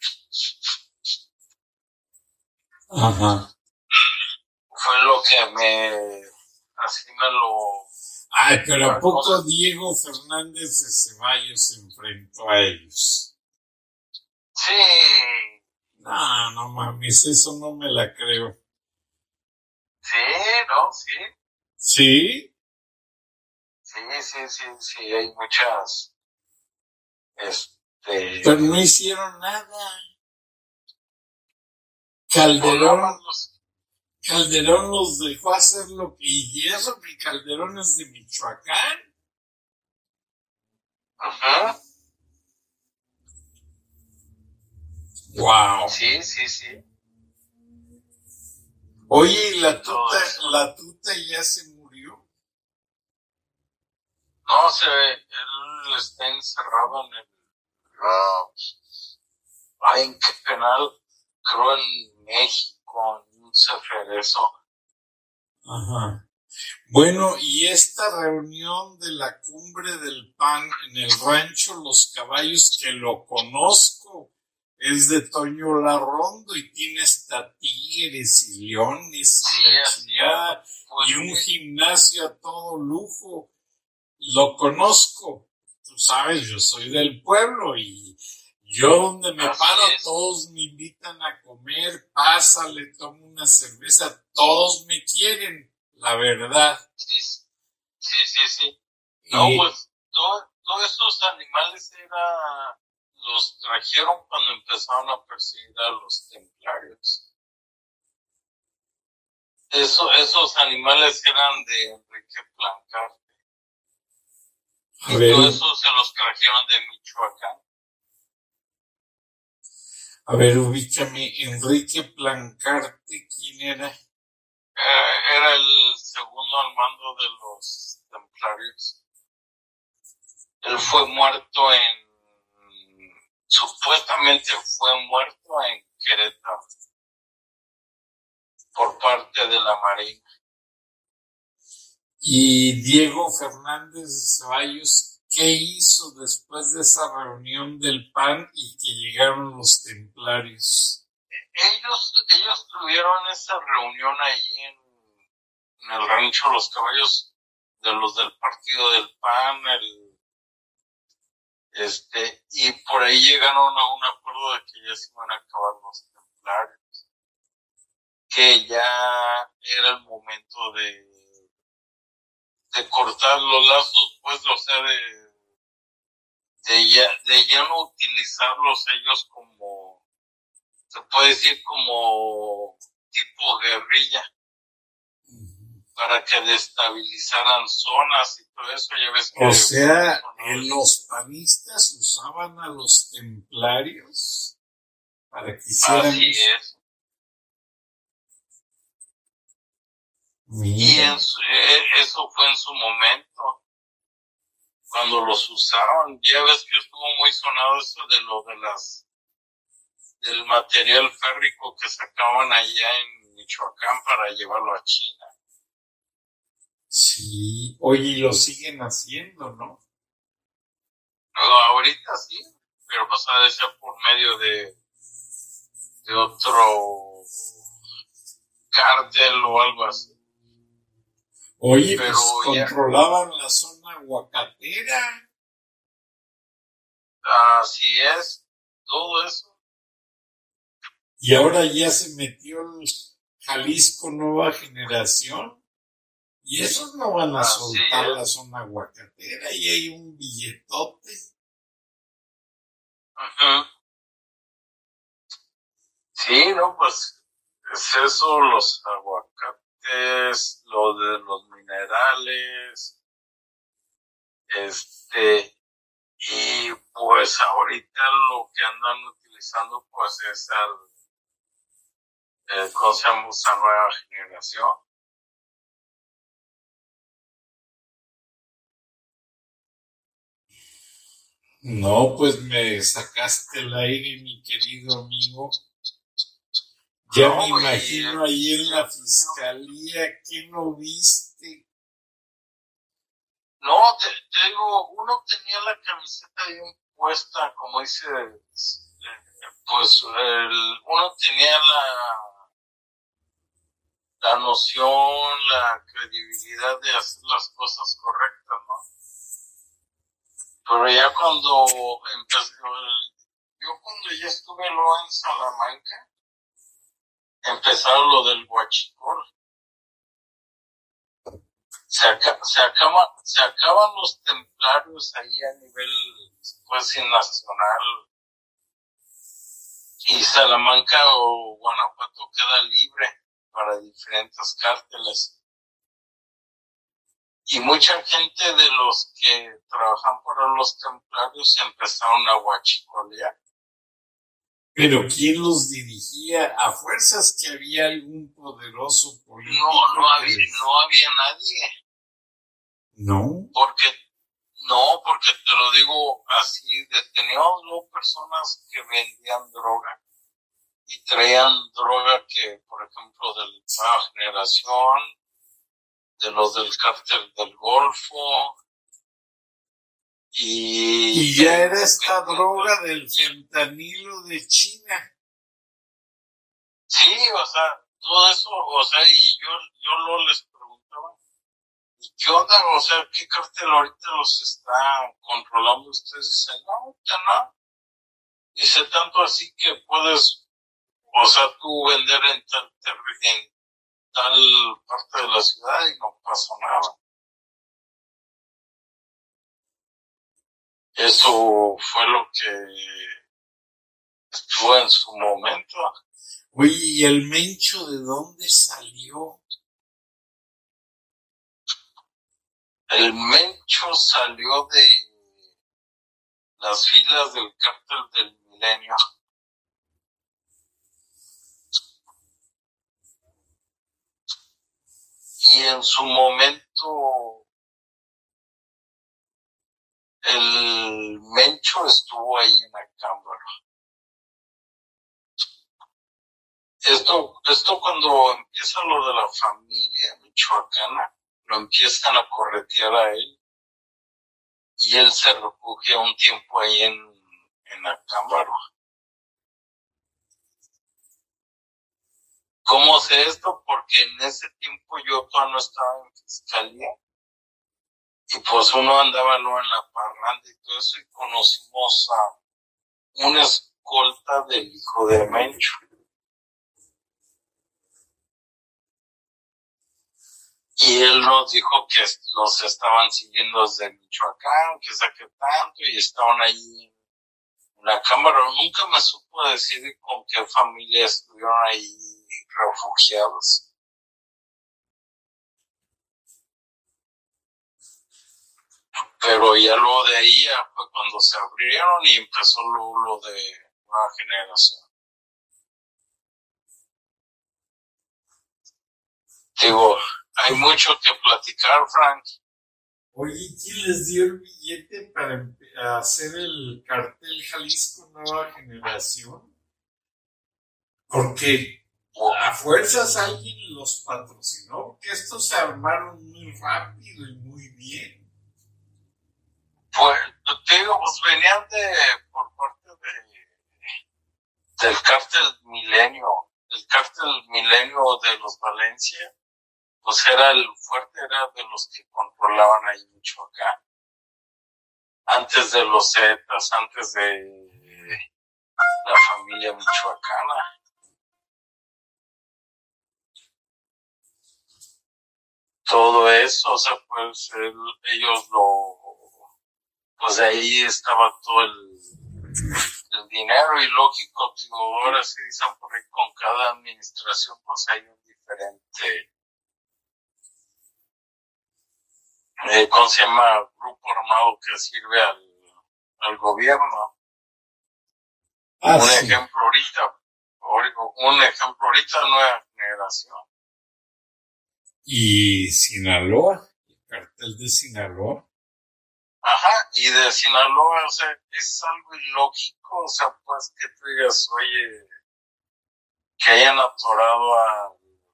Ajá. Fue lo que me, así me lo... Ay, pero ¿a poco Diego Fernández de Ceballos se enfrentó a ellos? Sí. No, no mames, eso no me la creo. Sí, ¿no? Sí. ¿Sí? Sí, sí, sí, sí, hay muchas, este... Pero no hicieron nada. Calderón, los... Calderón los dejó hacer lo que... Y eso que Calderón es de Michoacán. Ajá. Wow. Sí, sí, sí. Oye, ¿y la tuta, la tuta ya se murió? No, se, él está encerrado en el... Uh, ay, ¿en qué penal? Creo en México, en un ceferezo. Ajá. Bueno, y esta reunión de la cumbre del P A N en el rancho Los Caballos, que lo conozco, es de Toño Larrondo y tiene hasta tigres y leones y, sí, la chingada, pues, y un gimnasio a todo lujo. Lo conozco, tú sabes, yo soy del pueblo y yo donde me paro es. todos me invitan a comer, pásale, tomo una cerveza, todos me quieren, la verdad. Sí, sí, sí, sí. No, y, pues todo, todos esos animales era... los trajeron cuando empezaron a perseguir a los templarios. Eso, esos animales eran de Enrique Plancarte. A y ver, todo eso se los trajeron de Michoacán. A ver, ubícame, Enrique Plancarte, ¿quién era? Eh, era el segundo al mando de los templarios. Él fue muerto en supuestamente fue muerto en Querétaro por parte de la Marina. Y Diego Fernández de Ceballos, ¿qué hizo después de esa reunión del P A N y que llegaron los templarios? Ellos, ellos tuvieron esa reunión ahí en, en el rancho Los Caballos de los del partido del P A N, el Este, y por ahí llegaron a un acuerdo de que ya se iban a acabar los templarios, que ya era el momento de, de cortar los lazos, pues, o sea, de, de ya, de ya no utilizarlos ellos como, se puede decir como tipo guerrilla, para que destabilizaran zonas y todo eso. Ya ves que o sea, los panistas usaban a los templarios para que hicieran así eso. es. Mira. Y en su, eh, eso fue en su momento, cuando los usaban. Ya ves que estuvo muy sonado eso de lo de las del material férrico que sacaban allá en Michoacán para llevarlo a China. Sí, oye, y lo siguen haciendo, ¿no? No, ahorita sí, pero pues ha de ser por medio de, de otro cártel o algo así. Oye, Pero pues ya, controlaban la zona aguacatera. así es, todo eso. Y ahora ya se metió el Jalisco Nueva Generación. Y esos no van a Así soltar es. la zona aguacatera. Y hay un billetote. Ujú. Sí, no, pues es eso, los aguacates, lo de los minerales, este, y pues ahorita lo que andan utilizando pues es el, el ¿cómo se llama? Esa nueva generación. No, pues me sacaste el aire, mi querido amigo. Ya No, me y imagino ahí en la el- fiscalía, ¿qué no viste? no, te, te digo, uno tenía la camiseta bien puesta, como dice, eh, pues el, uno tenía la, la noción, la credibilidad de hacer las cosas correctas, ¿no? Pero ya cuando empecé, yo cuando ya estuve luego en Salamanca, empezaron lo del huachicol. Se, aca- se, acaba, se acaban los templarios ahí a nivel, pues, nacional, y Salamanca o Guanajuato queda libre para diferentes cárteles. Y mucha gente de los que trabajan para los templarios empezaron a huachicolear. Pero ¿quién los dirigía? A fuerzas que había algún poderoso político. No, no que había, les- no había nadie. No. Porque, no, porque te lo digo así, teníamos luego personas que vendían droga y traían droga que, por ejemplo, de la nueva generación, de los del cártel del Golfo, y... Y ya era esta droga del fentanilo de China. Sí, o sea, todo eso, o sea, y yo, yo lo les preguntaba, ¿y qué onda? O sea, ¿qué cártel ahorita los está controlando ustedes? Dicen, no, ya no. Dice, tanto así que puedes, o sea, tú vender en tal, en tal parte de la ciudad y no pasa nada. Eso fue lo que estuvo en su momento. Oye, ¿y el Mencho de dónde salió? El Mencho salió de las filas del cártel del Milenio. Y en su momento el Mencho estuvo ahí en Acámbaro. Esto, esto cuando empieza lo de la familia michoacana, lo empiezan a corretear a él y él se refugia un tiempo ahí en, en Acámbaro. ¿Cómo sé esto? Porque en ese tiempo yo todavía no estaba en fiscalía y pues uno andaba luego en la parranda y todo eso y conocimos a una escolta del hijo de Mencho. Y él nos dijo que los estaban siguiendo desde Michoacán, que saque tanto, y estaban ahí en la cámara nunca me supo decir con qué familia estuvieron ahí refugiados. Pero ya luego de ahí ya fue cuando se abrieron y empezó lo, lo de Nueva Generación. Digo, hay mucho que platicar, Frank. Oye, ¿quién les dio el billete para hacer el cartel Jalisco Nueva Generación? Porque a fuerzas alguien los patrocinó, porque estos se armaron muy rápido y muy bien. Pues, te digo, pues venían de, por parte de, del cártel Milenio, el cártel Milenio de los Valencia, pues era el fuerte, era de los que controlaban ahí Michoacán. Antes de los Zetas, antes de la familia michoacana. Todo eso, o sea, pues el, ellos lo... Pues de ahí estaba todo el, el dinero y lógico, digo, ahora sí dicen por ahí, con cada administración pues hay un diferente, eh, ¿cómo se llama? Grupo armado que sirve al, al gobierno. Ah, un sí. ejemplo ahorita, un ejemplo ahorita, Nueva Generación. Y Sinaloa, el cartel de Sinaloa. Ajá, y de Sinaloa, o sea, es algo ilógico, o sea, pues que tú digas, oye, que hayan atorado a,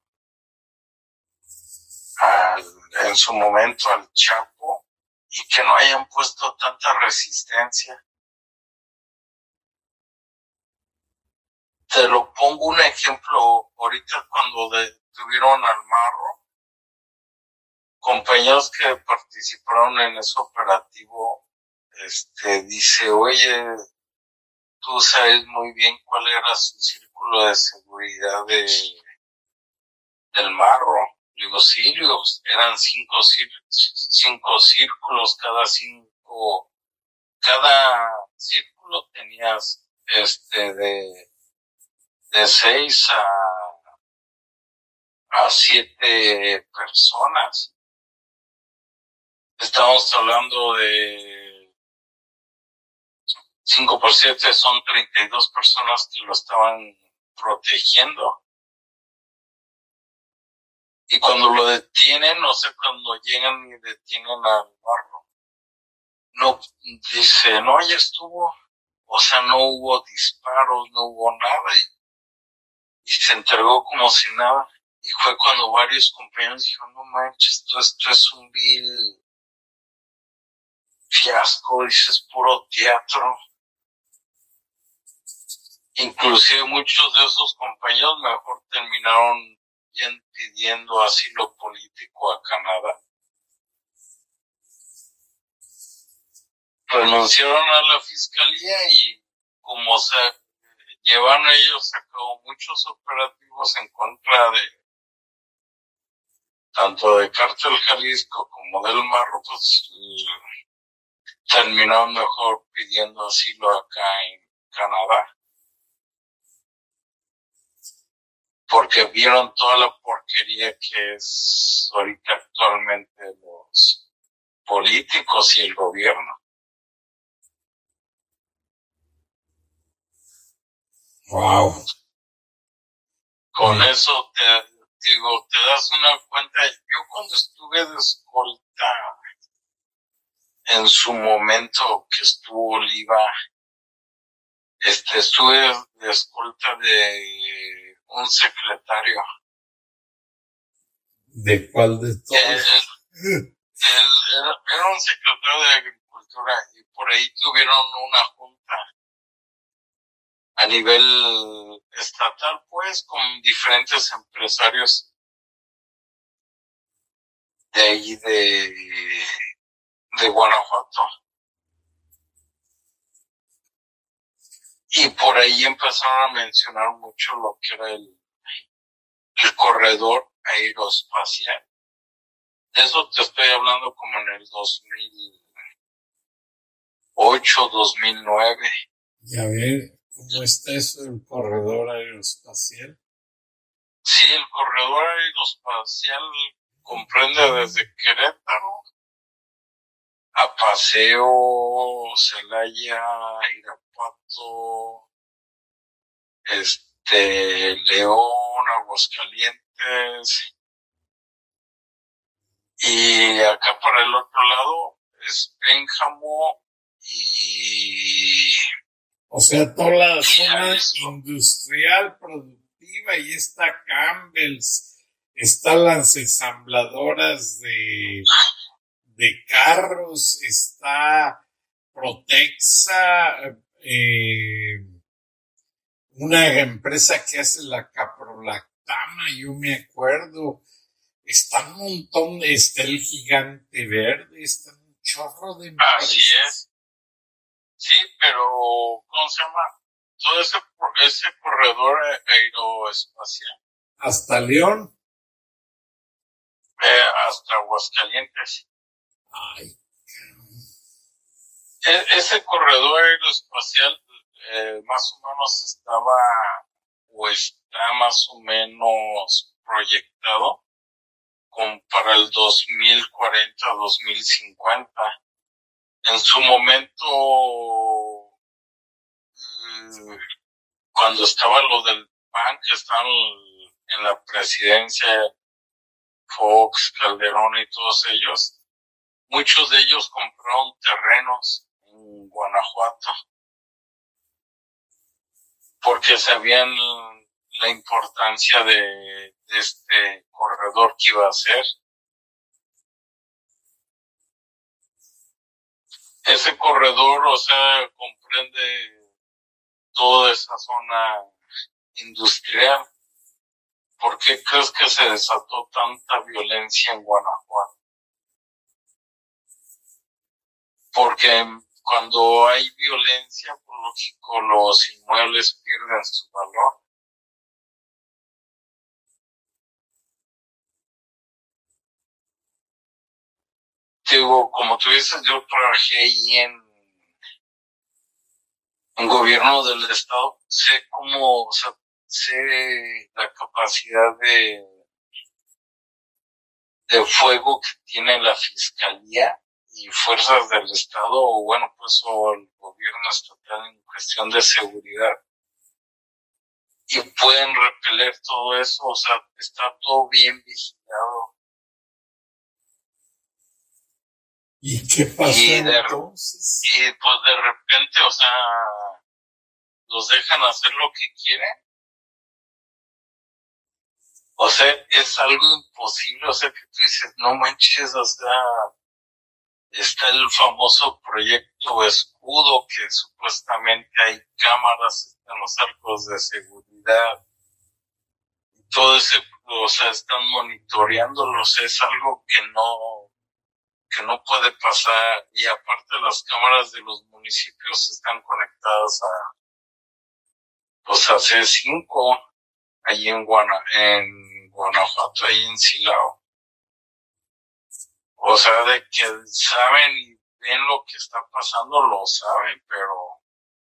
a, en su momento al Chapo y que no hayan puesto tanta resistencia. Te lo pongo un ejemplo, ahorita cuando detuvieron al Marro, compañeros que participaron en ese operativo, este, dice, oye, tú sabes muy bien cuál era su círculo de seguridad de, del Marro. Digo, sí, digo, eran cinco, cinco círculos, cada cinco, cada círculo tenías, este, de, de seis a, a siete personas. Estamos hablando de cinco por siete, son treinta y dos personas que lo estaban protegiendo. Y cuando lo detienen, o sea, cuando llegan y detienen al Marro, no, dice, no, ya estuvo. O sea, no hubo disparos, no hubo nada. Y, y se entregó como si nada. Y fue cuando varios compañeros dijeron, no manches, esto, esto es un vil fiasco, dices, puro teatro. Inclusive muchos de esos compañeros mejor terminaron bien pidiendo asilo político a Canadá. Renunciaron a la fiscalía y como se llevan ellos a cabo muchos operativos en contra de tanto de Cártel Jalisco como del Marro, pues terminaron mejor pidiendo asilo acá en Canadá. Porque vieron toda la porquería que es ahorita actualmente los políticos y el gobierno. Wow. Con eso te digo, te das una cuenta. Yo cuando estuve de escolta, en su momento que estuvo Oliva, este, estuve de escolta de un secretario. ¿De cuál de todos? El, el, el, era, era un secretario de Agricultura y por ahí tuvieron una junta a nivel estatal, pues, con diferentes empresarios de ahí de, de Guanajuato. Y por ahí empezaron a mencionar mucho lo que era el, el corredor aeroespacial. De eso te estoy hablando como en el dos mil ocho, dos mil nueve. Y a ver, ¿cómo está eso del corredor aeroespacial? Sí, el corredor aeroespacial comprende desde Querétaro a Paseo, Celaya, Irapuato, este, León, Aguascalientes, y acá para el otro lado es Pénjamo y... O sea, toda la zona industrial, productiva, y está Campbell's, están las ensambladoras de, de carros, está Protexa, eh, una empresa que hace la caprolactama, yo me acuerdo, está un montón, está el Gigante Verde, está un chorro de empresas. Así es. Sí, pero, ¿cómo se llama? Todo ese, ese corredor aeroespacial. ¿Hasta León? Eh, hasta Aguascalientes. Ay. E- ese corredor aeroespacial eh, más o menos estaba, o está más o menos proyectado como para el dos mil cuarenta, dos mil cincuenta. En su momento, cuando estaba lo del P A N, que estaban en la presidencia, Fox, Calderón y todos ellos, muchos de ellos compraron terrenos en Guanajuato porque sabían la importancia de, de este corredor que iba a ser. Ese corredor, o sea, comprende toda esa zona industrial. ¿Por qué crees que se desató tanta violencia en Guanajuato? Porque cuando hay violencia, por lógico, los inmuebles pierden su valor. Digo, como tú dices, yo trabajé ahí en, en gobierno del estado, sé cómo, o sea, sé la capacidad de, de fuego que tiene la fiscalía y fuerzas del estado, o bueno, pues, o el gobierno estatal en cuestión de seguridad. Y pueden repeler todo eso, o sea, está todo bien vigilado. ¿Y qué pasó y de, entonces? Y pues de repente, o sea, los dejan hacer lo que quieren. O sea, es algo imposible, o sea, que tú dices, no manches, o sea, está el famoso proyecto Escudo, que supuestamente hay cámaras en los arcos de seguridad. Todo ese, o sea, están monitoreándolos, es algo que no, que no puede pasar, y aparte las cámaras de los municipios están conectadas a, pues a C cinco, ahí en Guana, en Guanajuato, ahí en Silao. O sea, de que saben y ven lo que está pasando, lo saben, pero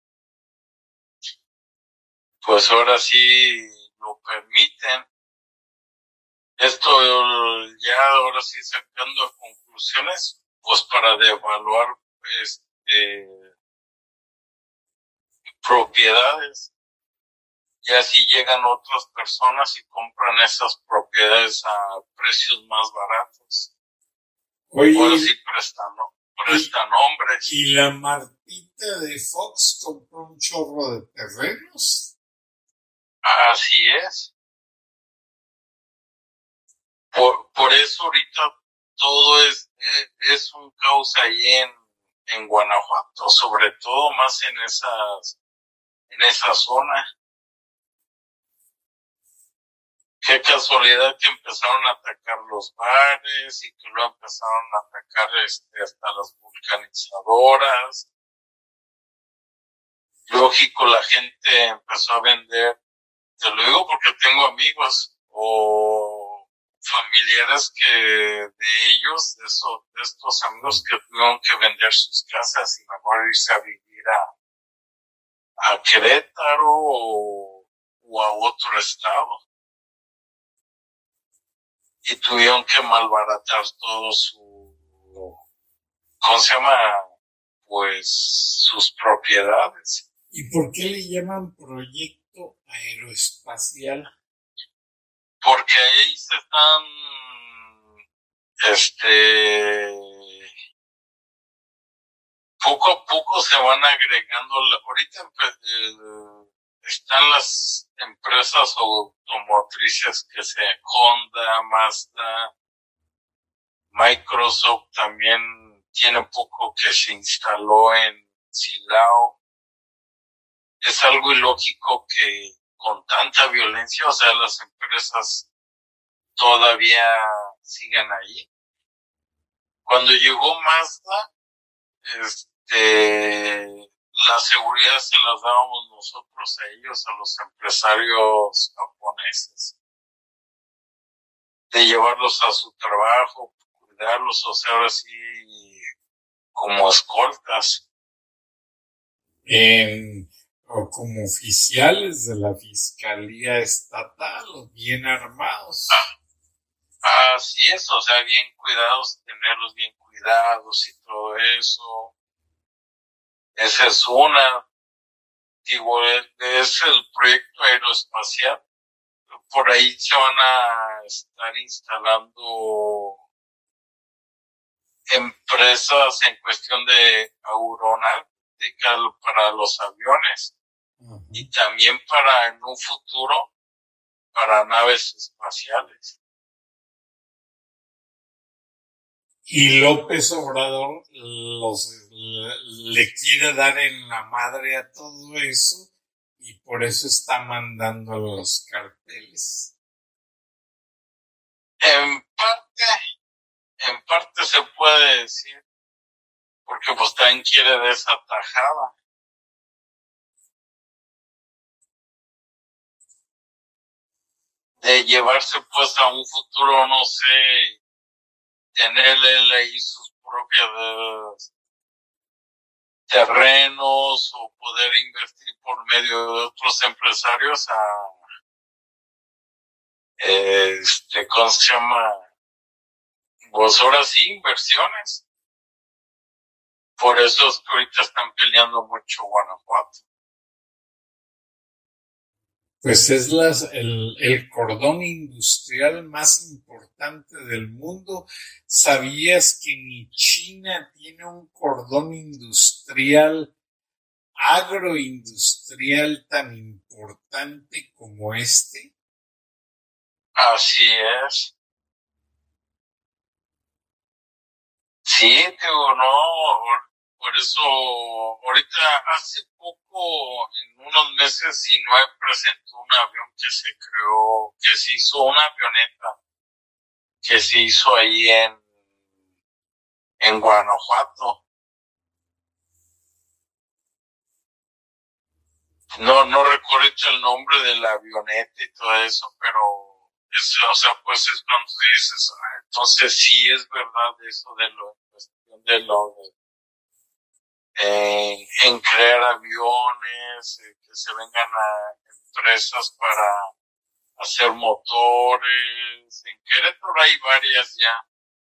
pues ahora sí lo permiten. Esto ya ahora sí sacando conclusiones, pues para devaluar este propiedades. Y así llegan otras personas y compran esas propiedades a precios más baratos. Oye, ahora sí prestan, ¿no? prestan hombres. ¿Y la Martita de Fox compró un chorro de terrenos? Así es. Por, por eso ahorita todo es, es, es un caos ahí en, en Guanajuato, sobre todo más en esas, en esa zona. Qué casualidad que empezaron a atacar los bares y que luego empezaron a atacar este, hasta las vulcanizadoras. Lógico, la gente empezó a vender, te lo digo porque tengo amigos o familiares que de ellos, de, esos, de estos amigos que tuvieron que vender sus casas y mejor irse a vivir a Querétaro o, o a otro estado. Y tuvieron que malbaratar todo su, ¿cómo se llama? Pues sus propiedades. ¿Y por qué le llaman proyecto aeroespacial? Porque ahí se están, este, poco a poco se van agregando. Ahorita eh, están las empresas automotrices que se Honda, Mazda, Microsoft también tiene poco que se instaló en Silao. Es algo ilógico que con tanta violencia, o sea, las empresas todavía sigan ahí. Cuando llegó Mazda, este, la seguridad se las dábamos nosotros a ellos, a los empresarios japoneses, de llevarlos a su trabajo, cuidarlos, o sea, ahora sí, como escoltas. En, o como oficiales de la Fiscalía Estatal, o bien armados. Ah, así es, o sea, bien cuidados, tenerlos bien cuidados y todo eso. Esa es una, digo, es el proyecto aeroespacial. Por ahí se van a estar instalando empresas en cuestión de aeronáutica para los aviones. Uh-huh. Y también para, en un futuro, para naves espaciales. Y López Obrador los, le, le quiere dar en la madre a todo eso y por eso está mandando los carteles. En parte, en parte se puede decir, porque pues también quiere de esa tajada. De llevarse pues a un futuro, no sé, tenerle ahí sus propios terrenos o poder invertir por medio de otros empresarios a, este, ¿cómo se llama? Pues ahora sí, inversiones. Por eso es que ahorita están peleando mucho Guanajuato. Pues es las, el, el cordón industrial más importante del mundo. ¿Sabías que ni China tiene un cordón industrial, agroindustrial tan importante como este? Así es. Sí, digo, no, por eso ahorita hace poco, en unos meses, Sinue presentó un avión que se creó, que se hizo una avioneta, que se hizo ahí en, en Guanajuato. No, no recuerdo el nombre de la avioneta y todo eso, pero es, o sea, pues es cuando dices, ah, entonces sí es verdad eso de lo, cuestión de lo de En, en crear aviones, eh, que se vengan a empresas para hacer motores. En Querétaro hay varias ya.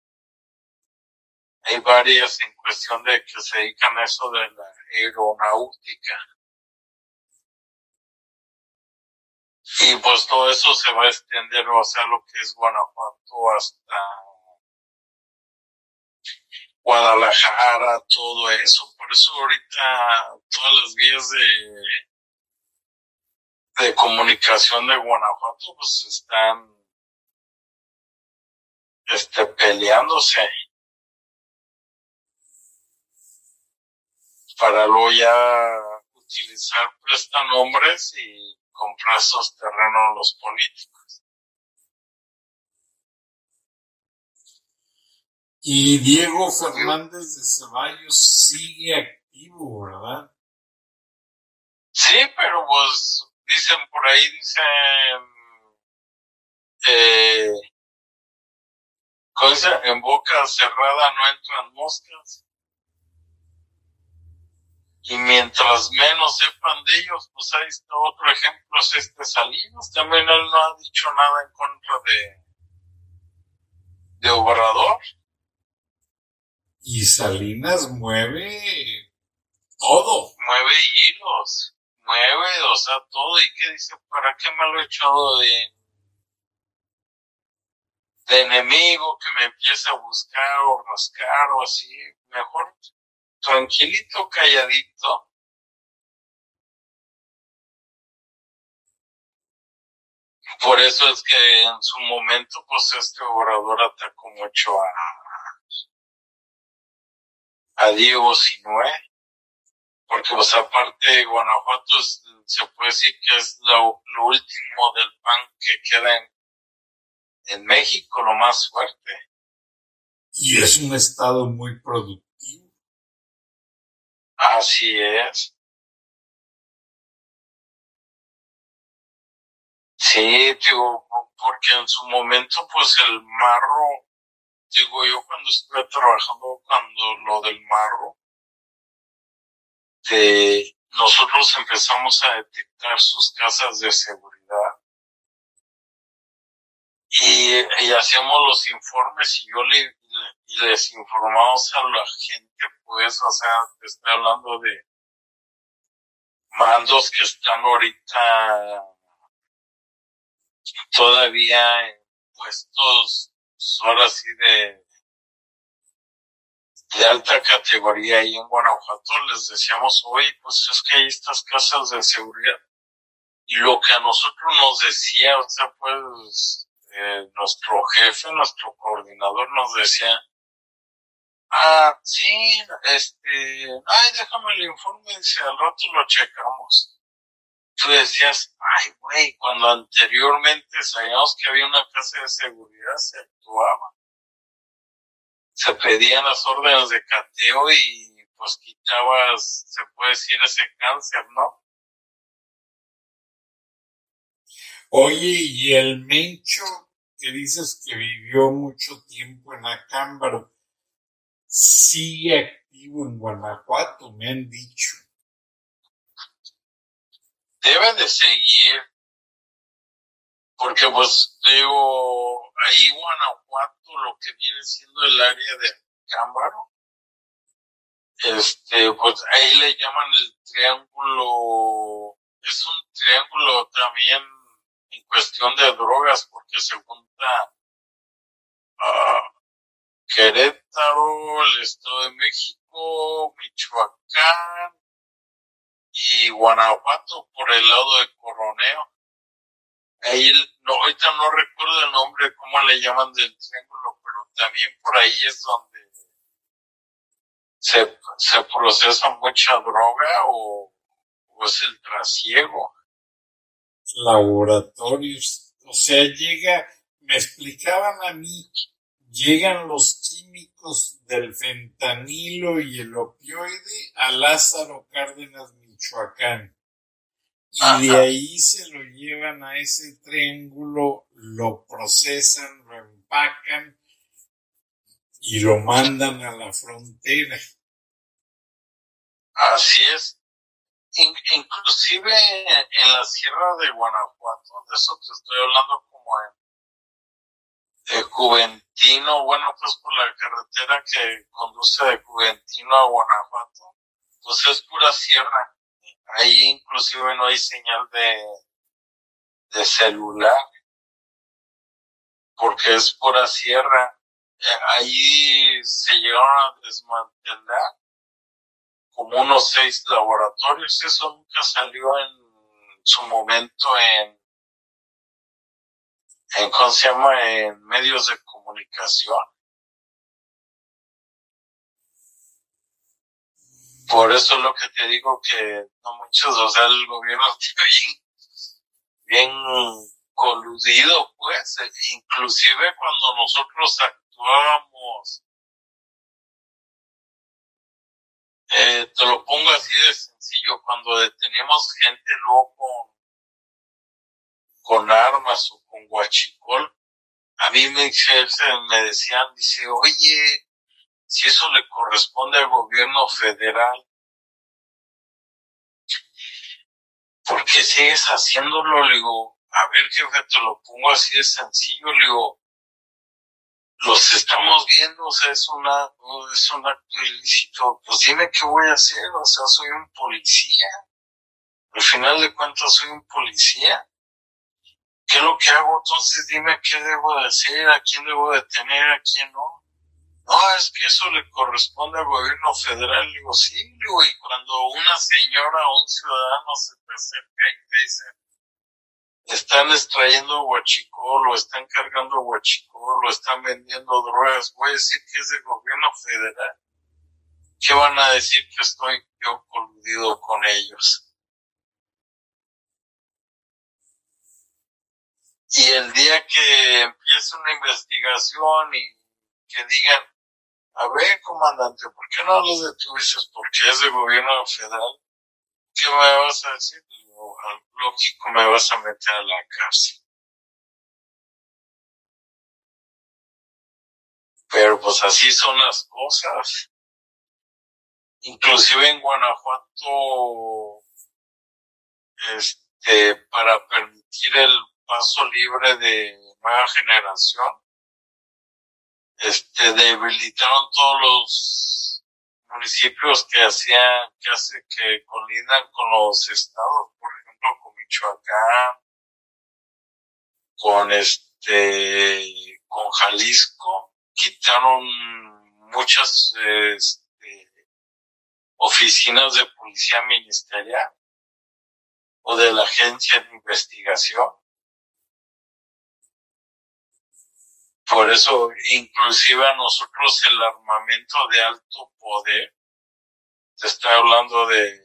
Hay varias en cuestión de que se dedican a eso de la aeronáutica. Y pues todo eso se va a extender, o sea, lo que es Guanajuato hasta Guadalajara, todo eso. Por eso ahorita todas las vías de, de comunicación de Guanajuato pues están este, peleándose para luego ya utilizar prestanombres y comprar esos terrenos los políticos. Y Diego Fernández de Ceballos sigue activo, ¿verdad? Sí, pero pues dicen por ahí, dicen, eh, ¿cómo dice? En boca cerrada no entran moscas. Y mientras menos sepan de ellos, pues ahí está otro ejemplo, es este Salinas. También él no ha dicho nada en contra de, de Obrador. Y Salinas mueve todo. Mueve hilos, mueve, o sea, todo. ¿Y qué dice? ¿Para qué me lo he echado de, de enemigo que me empiece a buscar o rascar o así? Mejor tranquilito, calladito. Por eso es que en su momento, pues este Obrador atacó mucho a, a Diego Sinue, porque pues aparte Guanajuato es, se puede decir que es lo, lo último del P A N que queda en, en México, lo más fuerte. Y es un estado muy productivo. Así es. Sí, digo, porque en su momento, pues el marro, digo yo cuando estuve trabajando, cuando lo del marro, de, nosotros empezamos a detectar sus casas de seguridad y, y hacíamos los informes y yo le, y les informamos a la gente, pues, o sea, te estoy hablando de mandos que están ahorita todavía en puestos, ahora sí, de, de alta categoría ahí en Guanajuato. Les decíamos, oye, pues es que hay estas casas de seguridad. Y lo que a nosotros nos decía, o sea, pues, eh, nuestro jefe, nuestro coordinador nos decía, ah, sí, este, ay, déjame el informe, dice, al rato lo checamos. Tú decías, ay, güey, cuando anteriormente sabíamos que había una casa de seguridad, se actuaba. Se pedían las órdenes de cateo y pues quitabas, se puede decir, ese cáncer, ¿no? Oye, y el Mencho, que dices que vivió mucho tiempo en Acámbaro, sigue activo en Guanajuato, me han dicho. Debe de seguir, porque pues digo, ahí Guanajuato, lo que viene siendo el área de Acámbaro, este, pues ahí le llaman el triángulo, es un triángulo también en cuestión de drogas, porque se junta uh, Querétaro, el Estado de México, Michoacán y Guanajuato por el lado de Coroneo. Ahí, no, ahorita no recuerdo el nombre, cómo le llaman del triángulo, pero también por ahí es donde se, se procesa mucha droga o, o es el trasiego. Laboratorios, o sea, llega, me explicaban a mí, llegan los químicos del fentanilo y el opioide a Lázaro Cárdenas, Michoacán. Y Ajá. de ahí se lo llevan a ese triángulo, lo procesan, lo empacan y lo mandan a la frontera. Así es. In, inclusive en la sierra de Guanajuato, de eso te estoy hablando como en de Juventino, bueno, pues por la carretera que conduce de Juventino a Guanajuato, pues es pura sierra. Ahí inclusive no hay señal de, de celular, porque es pura sierra. Ahí se llegaron a desmantelar como unos seis laboratorios. Eso nunca salió en su momento en, en ¿cómo se llama?, en medios de comunicación. Por eso es lo que te digo, que no muchos, o sea, el gobierno está bien, bien coludido, pues. Inclusive cuando nosotros actuábamos, eh, te lo pongo así de sencillo, cuando deteníamos gente luego con, con armas o con huachicol, a mí me, me decían, dice, oye, si eso le corresponde al gobierno federal, ¿por qué sigues haciéndolo? Le digo, a ver, jefe, te lo pongo así de sencillo. Le digo, los estamos viendo, o sea, es una, es un acto ilícito. Pues dime qué voy a hacer, o sea, soy un policía. Al final de cuentas soy un policía. ¿Qué es lo que hago? Entonces dime qué debo de hacer, a quién debo detener, a quién no. No, es que eso le corresponde al gobierno federal. Digo, sí, digo, y cuando una señora o un ciudadano se te acerca y te dice, están extrayendo huachicol, o están cargando huachicol, o están vendiendo drogas, voy a decir que es del gobierno federal. ¿Qué van a decir? Que estoy yo coludido con ellos. Y el día que empiece una investigación y que digan, a ver, comandante, ¿por qué no lo detuviste? Porque es del gobierno federal. ¿Qué me vas a decir? Digo, lógico, me vas a meter a la cárcel. Pero pues así son las cosas. Inclusive en Guanajuato, este, para permitir el paso libre de nueva generación, este, debilitaron todos los municipios que hacían, que hace, que colindan con los estados, por ejemplo, con Michoacán, con este, con Jalisco, quitaron muchas, este, oficinas de policía ministerial o de la agencia de investigación. Por eso, inclusive a nosotros el armamento de alto poder, te estoy hablando de,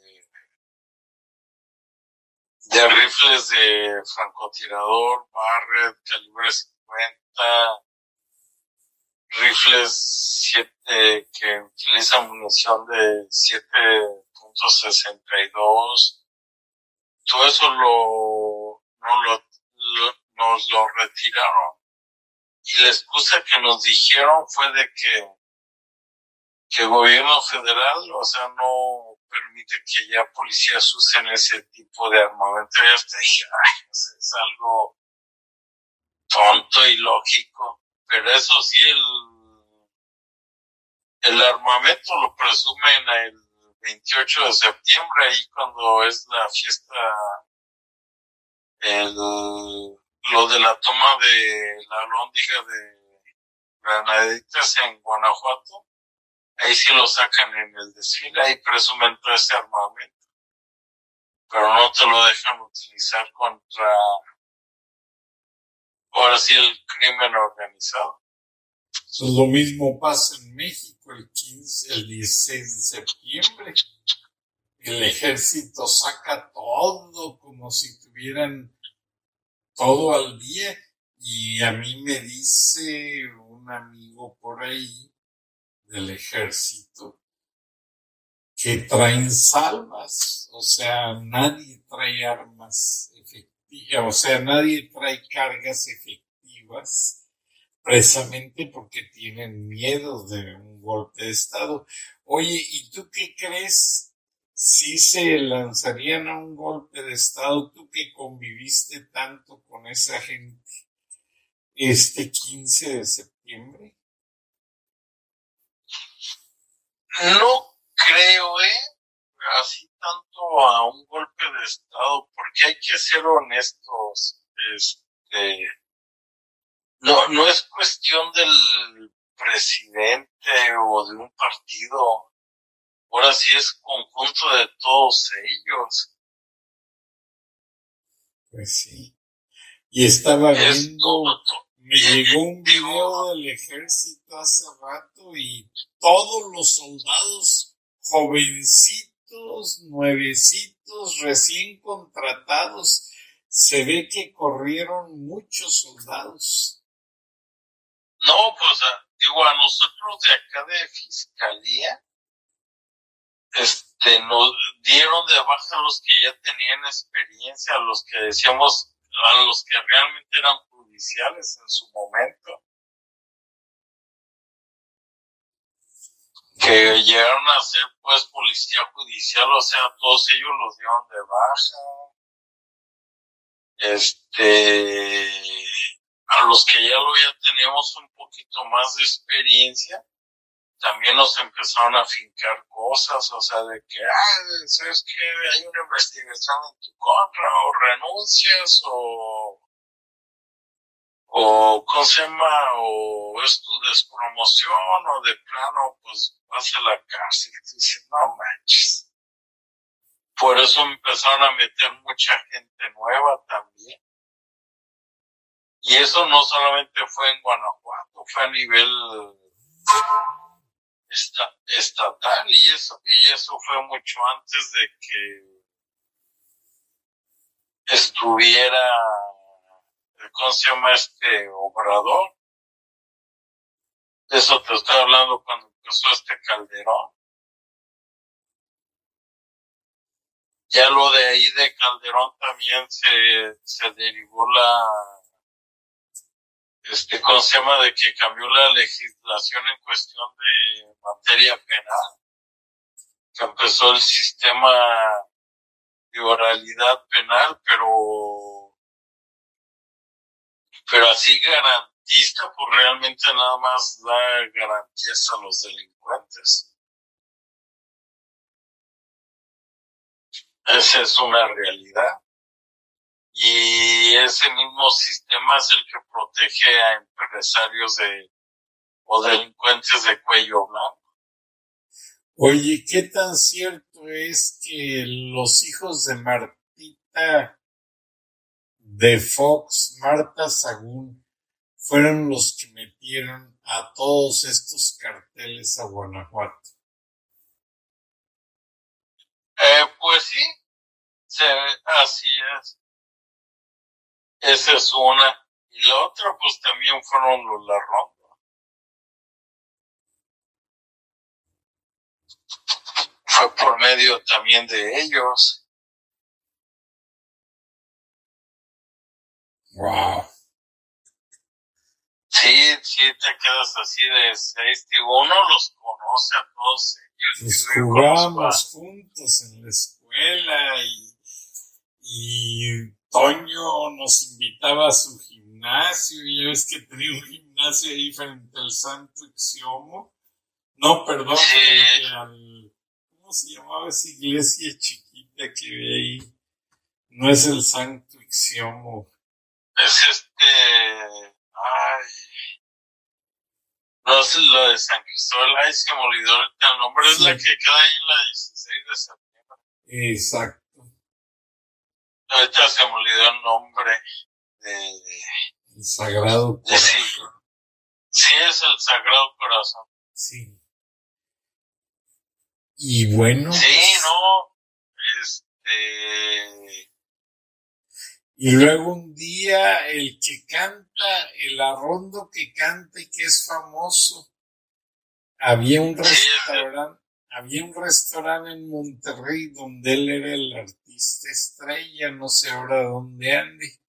de rifles de francotirador, Barrett, calibre cincuenta, rifles siete, que utilizan munición de siete punto sesenta y dos, todo eso lo, no lo, lo, nos lo retiraron. Y la excusa que nos dijeron fue de que, que el gobierno federal, o sea, no permite que ya policías usen ese tipo de armamento. Y hasta dije, ay, o sea, es algo tonto y lógico. Pero eso sí, el, el armamento lo presumen el veintiocho de septiembre, ahí cuando es la fiesta, el, lo de la toma de la alhóndiga de Granaditas en Guanajuato, ahí sí lo sacan en el desfile, ahí presumen todo ese armamento, pero no te lo dejan utilizar contra, ahora sí, el crimen organizado. Pues lo mismo pasa en México el quince, el dieciséis de septiembre. El ejército saca todo como si tuvieran todo al día. Y a mí me dice un amigo por ahí del ejército que traen salvas. O sea, nadie trae armas efectivas. O sea, nadie trae cargas efectivas. Precisamente porque tienen miedo de un golpe de estado. Oye, ¿y tú qué crees si se lanzarían a un golpe de estado? Tú que conviviste tanto con esa gente este quince de septiembre. No creo, eh, así tanto a un golpe de estado, porque hay que ser honestos, este, No, no es cuestión del presidente o de un partido. Ahora sí es conjunto de todos ellos. Pues sí. Y estaba Es viendo, todo, me llegó un video del ejército hace rato y todos los soldados jovencitos, nuevecitos, recién contratados, se ve que corrieron muchos soldados. No, pues digo, a nosotros de acá de Fiscalía, este, nos dieron de baja a los que ya tenían experiencia, a los que decíamos, a los que realmente eran judiciales en su momento. Que llegaron a ser, pues, policía judicial, o sea, todos ellos los dieron de baja. este, a los que ya lo ya teníamos un poquito más de experiencia, también nos empezaron a fincar cosas, o sea, de que, ah, ¿sabes qué? Hay una investigación en tu contra, o renuncias, o, o, ¿cómo se llama? O es tu despromoción, o de plano, pues, vas a la cárcel. Y dices, no manches. Por eso empezaron a meter mucha gente nueva también. Y eso no solamente fue en Guanajuato, fue a nivel esta, estatal, y eso, y eso fue mucho antes de que estuviera, ¿cómo se llama este Obrador? De eso te estoy hablando cuando empezó este Calderón. Ya lo de ahí de Calderón también se, se derivó la, este, ¿cómo se llama? De que cambió la legislación en cuestión de materia penal. Que empezó el sistema de oralidad penal, pero, pero así garantista, pues realmente nada más da garantías a los delincuentes. Esa es una realidad. Y ese mismo sistema es el que protege a empresarios de, o delincuentes de cuello blanco. Oye, ¿qué tan cierto es que los hijos de Martita de Fox, Marta Sagún, fueron los que metieron a todos estos carteles a Guanajuato? Eh, pues sí, se, así es. Esa es una. Y la otra, pues también fueron los La Ronda. Fue por medio también de ellos. Wow. Sí, sí te quedas así de seis. Uno los conoce a todos ellos. Pues jugábamos juntos en la escuela y, y Toño nos invitaba a su gimnasio, y ya ves que tenía un gimnasio ahí frente al Santo Ixiomo. No, perdón, sí. frente al, ¿cómo se llamaba esa iglesia chiquita que ve ahí? No es el Santo Ixiomo. Es este, ay, no es lo de San Cristóbal, ay, se me olvidó el nombre, sí. Es la que queda ahí en la dieciséis de septiembre. Exacto. Ahorita se me olvidó el nombre de... El Sagrado Corazón. Sí, sí, es el Sagrado Corazón. Sí. Y bueno... Sí, pues, no, este... Y luego un día el que canta, el Arrondo que canta y que es famoso, había un restaurante, sí, había un restaurante en Monterrey donde él era el artista estrella, no sé ahora dónde ande.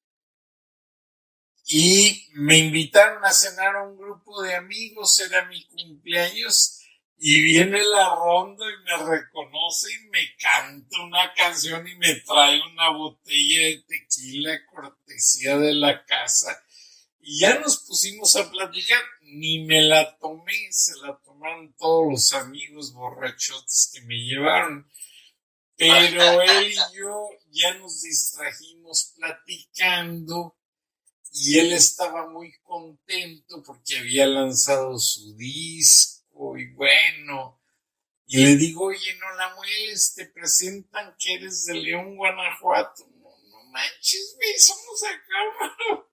Y me invitaron a cenar a un grupo de amigos, era mi cumpleaños, y viene el Arrondo y me reconoce y me canta una canción y me trae una botella de tequila cortesía de la casa. Y ya nos pusimos a platicar, ni me la tomé, se la tomaron todos los amigos borrachotes que me llevaron. Pero él y yo ya nos distrajimos platicando y él estaba muy contento porque había lanzado su disco y bueno. Y le digo, oye, no la mueles, te presentan que eres de León, Guanajuato. No, no manches, güey, somos acá.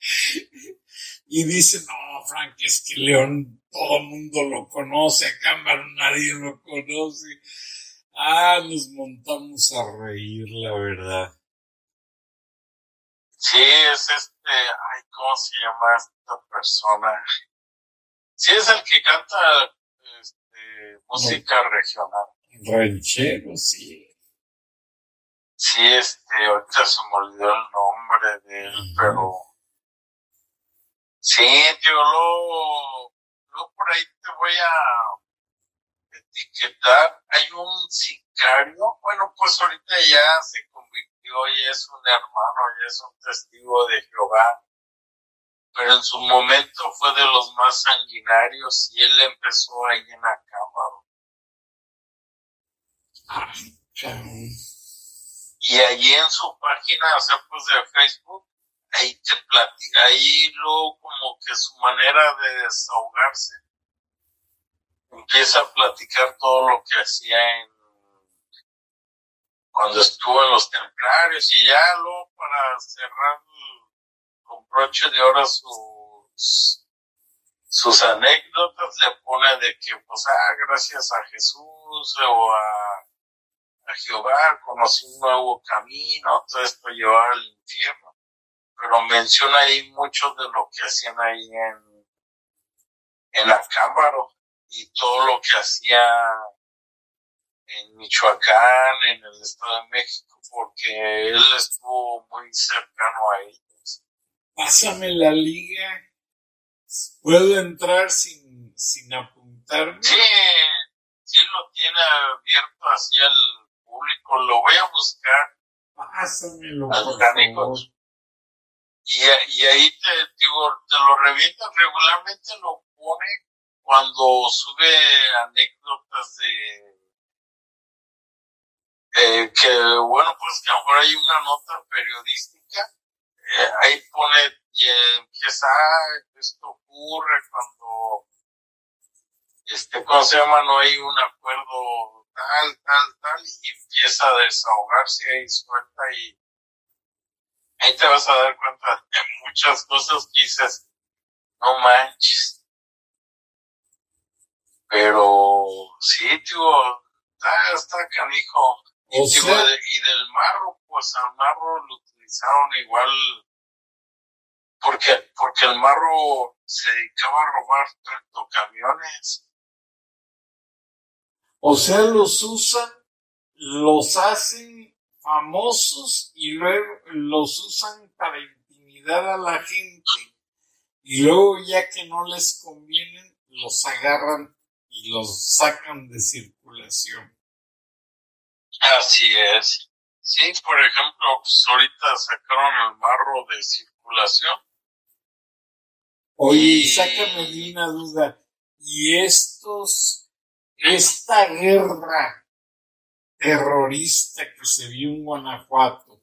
Y dice, no, Frank, es que León todo el mundo lo conoce, acá nadie lo conoce. Ah, nos montamos a reír, la verdad. Sí, es este, ay, ¿cómo se llama esta persona? Sí, es el que canta este, música no. regional. Ranchero, sí. Sí, este, ahorita se me olvidó el nombre de él, uh-huh. Pero... Sí, tío, luego, luego por ahí te voy a etiquetar. Hay un sicario, bueno, pues ahorita ya se convirtió y hoy es un hermano, y es un testigo de Jehová, pero en su momento fue de los más sanguinarios y él empezó ahí en Acámbaro. Y allí en su página, o sea, pues de Facebook, ahí te platica, ahí luego como que su manera de desahogarse, empieza a platicar todo lo que hacía en cuando estuvo en los templarios, y ya luego para cerrar con broche de oro sus, sus anécdotas le pone de que pues ah, gracias a Jesús o a, a Jehová conocí un nuevo camino, todo esto llevaba al infierno, pero menciona ahí mucho de lo que hacían ahí en en Acámbaro y todo lo que hacía en Michoacán, en el Estado de México, porque él estuvo muy cercano a ellos. Pásame la liga. ¿Puedo entrar sin, sin apuntarme? Sí, sí lo tiene abierto hacia el público. Lo voy a buscar. Pásamelo, por favor. Y, y ahí te digo, te lo revienta, regularmente lo pone cuando sube anécdotas de eh, que bueno, pues que a lo mejor hay una nota periodística, eh, ahí pone y eh, empieza, ah, esto ocurre cuando este, ¿cómo se llama? No hay un acuerdo tal, tal, tal, y empieza a desahogarse ahí suelta, y ahí te vas a dar cuenta de muchas cosas que dices, no manches. Pero sí, tío, está, está canijo. Y, O tío, sea, de, y del marro, pues al marro lo utilizaron igual, porque, porque el marro se dedicaba a robar tractocamiones. o sea, los usan, los hacen famosos y luego los usan para intimidar a la gente. Y luego, ya que no les convienen, los agarran y los sacan de circulación. Así es. Sí, por ejemplo, pues ahorita sacaron el marro de circulación. Oye, Y- sácame de una duda. ¿Y estos, esta guerra terrorista que se vio en Guanajuato,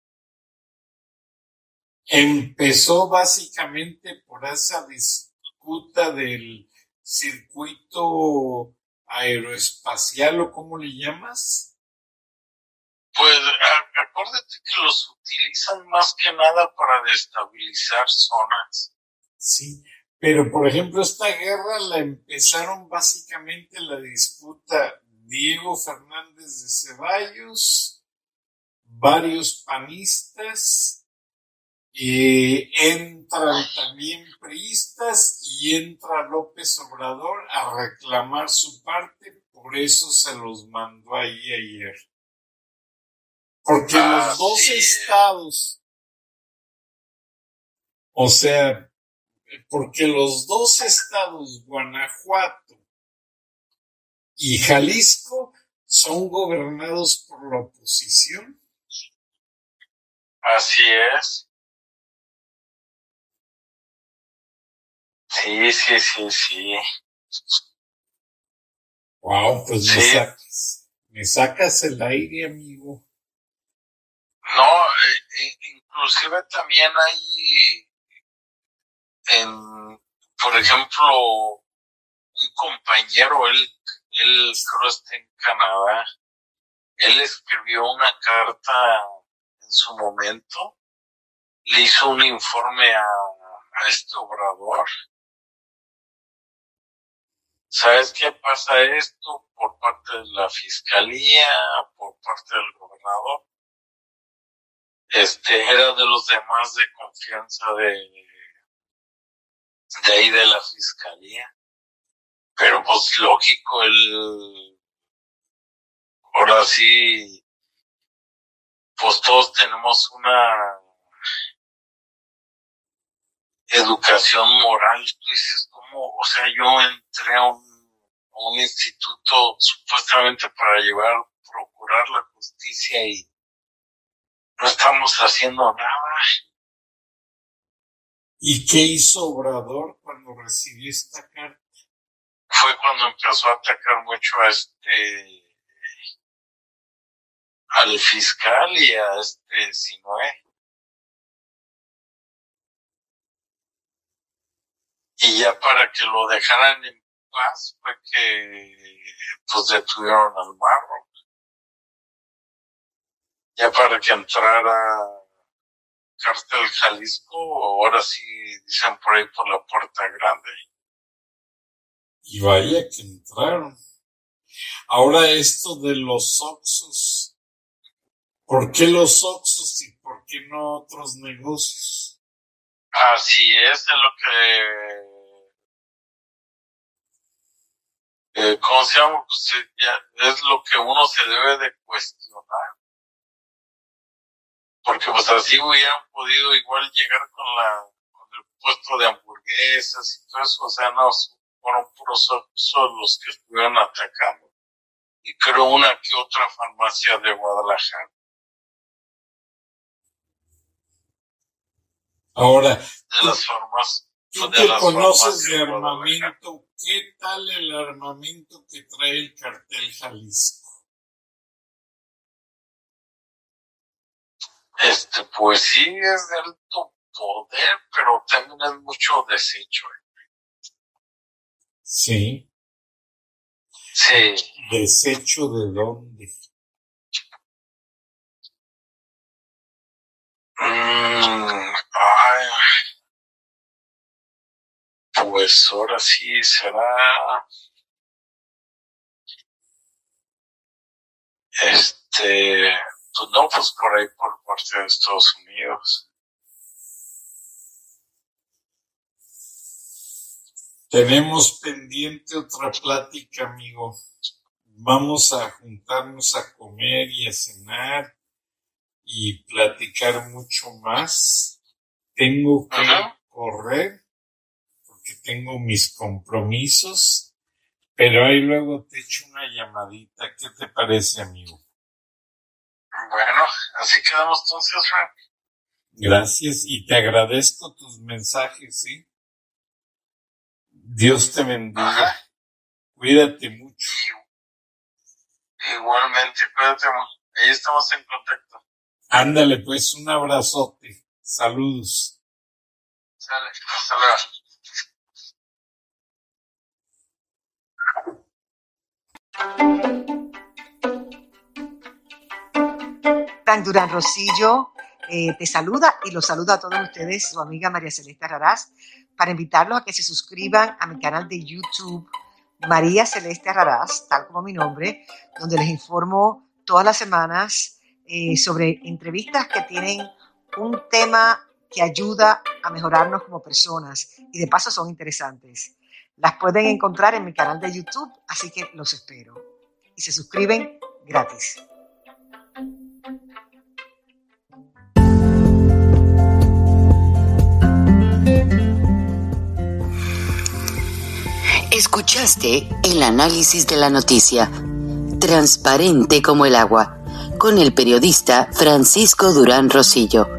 empezó básicamente por esa disputa del circuito aeroespacial, o cómo le llamas? Pues a- acuérdate que los utilizan más que nada para destabilizar zonas. Sí, pero por ejemplo esta guerra la empezaron básicamente la disputa Diego Fernández de Ceballos, varios panistas, eh, entran también priistas y entra López Obrador a reclamar su parte, por eso se los mandó ahí ayer. Porque Ah, los dos sí. estados, o sea, porque los dos estados, Guanajuato y Jalisco, son gobernados por la oposición. Así es. Sí, sí, sí, sí. Wow, pues me Sí. sacas, me sacas el aire, amigo. No, eh, eh, inclusive también hay, en, por ejemplo, un compañero, él, él creo está en Canadá, él escribió una carta en su momento, le hizo un informe a, a este Obrador. ¿Sabes qué pasa esto? Por parte de la fiscalía, por parte del gobernador. Este, era de los demás de confianza de, de ahí de la fiscalía. Pero pues lógico, el, ahora sí, pues todos tenemos una educación moral. Tú dices, ¿cómo? O sea, yo entré a un, a un instituto supuestamente para llevar, procurar la justicia, y no estamos haciendo nada. ¿Y qué hizo Obrador cuando recibió esta carta? Fue cuando empezó a atacar mucho a este, al fiscal y a este Sinoé. Y ya para que lo dejaran en paz fue que pues detuvieron al Marro. Ya para que entrara Cártel Jalisco, ahora sí dicen por ahí por la puerta grande. Y vaya que entraron. Ahora esto de los Oxxos. ¿Por qué los Oxxos y por qué no otros negocios? Así es, es lo que... Eh, ¿Cómo se llama? Pues, ya, es lo que uno se debe de cuestionar. Porque pues así hubieran podido igual llegar con la con el puesto de hamburguesas y todo eso. O sea, no fueron puros Oxxos los que estuvieron atacando. Y creo una que otra farmacia de Guadalajara. Ahora, de las farmacias. Tú te conoces de armamento. ¿Qué tal el armamento que trae el Cartel Jalisco? Este, pues sí, es de alto poder, pero también es mucho desecho. Sí. Sí. ¿Desecho de dónde? Mm, ay, pues ahora sí será... Este... Pues no, pues por ahí por parte de Estados Unidos. Tenemos pendiente otra plática, amigo. Vamos a juntarnos a comer y a cenar y platicar mucho más. Tengo que Ajá. correr porque tengo mis compromisos, pero ahí luego te echo una llamadita. ¿Qué te parece, amigo? Bueno, así quedamos entonces, Frank. Gracias y te agradezco tus mensajes, ¿sí? Dios te bendiga. Ajá. Cuídate mucho. Y, igualmente, cuídate mucho. Ahí estamos en contacto. Ándale, pues, un abrazote. Saludos. Sale, hasta luego. Durán Rosillo eh, te saluda y los saluda a todos ustedes, su amiga María Celeste Raraz, para invitarlos a que se suscriban a mi canal de YouTube, María Celeste Raraz, tal como mi nombre, donde les informo todas las semanas eh, sobre entrevistas que tienen un tema que ayuda a mejorarnos como personas y de paso son interesantes. Las pueden encontrar en mi canal de YouTube, así que los espero. Y se suscriben gratis. Escuchaste el análisis de la noticia, transparente como el agua, con el periodista Francisco Durán Rosillo.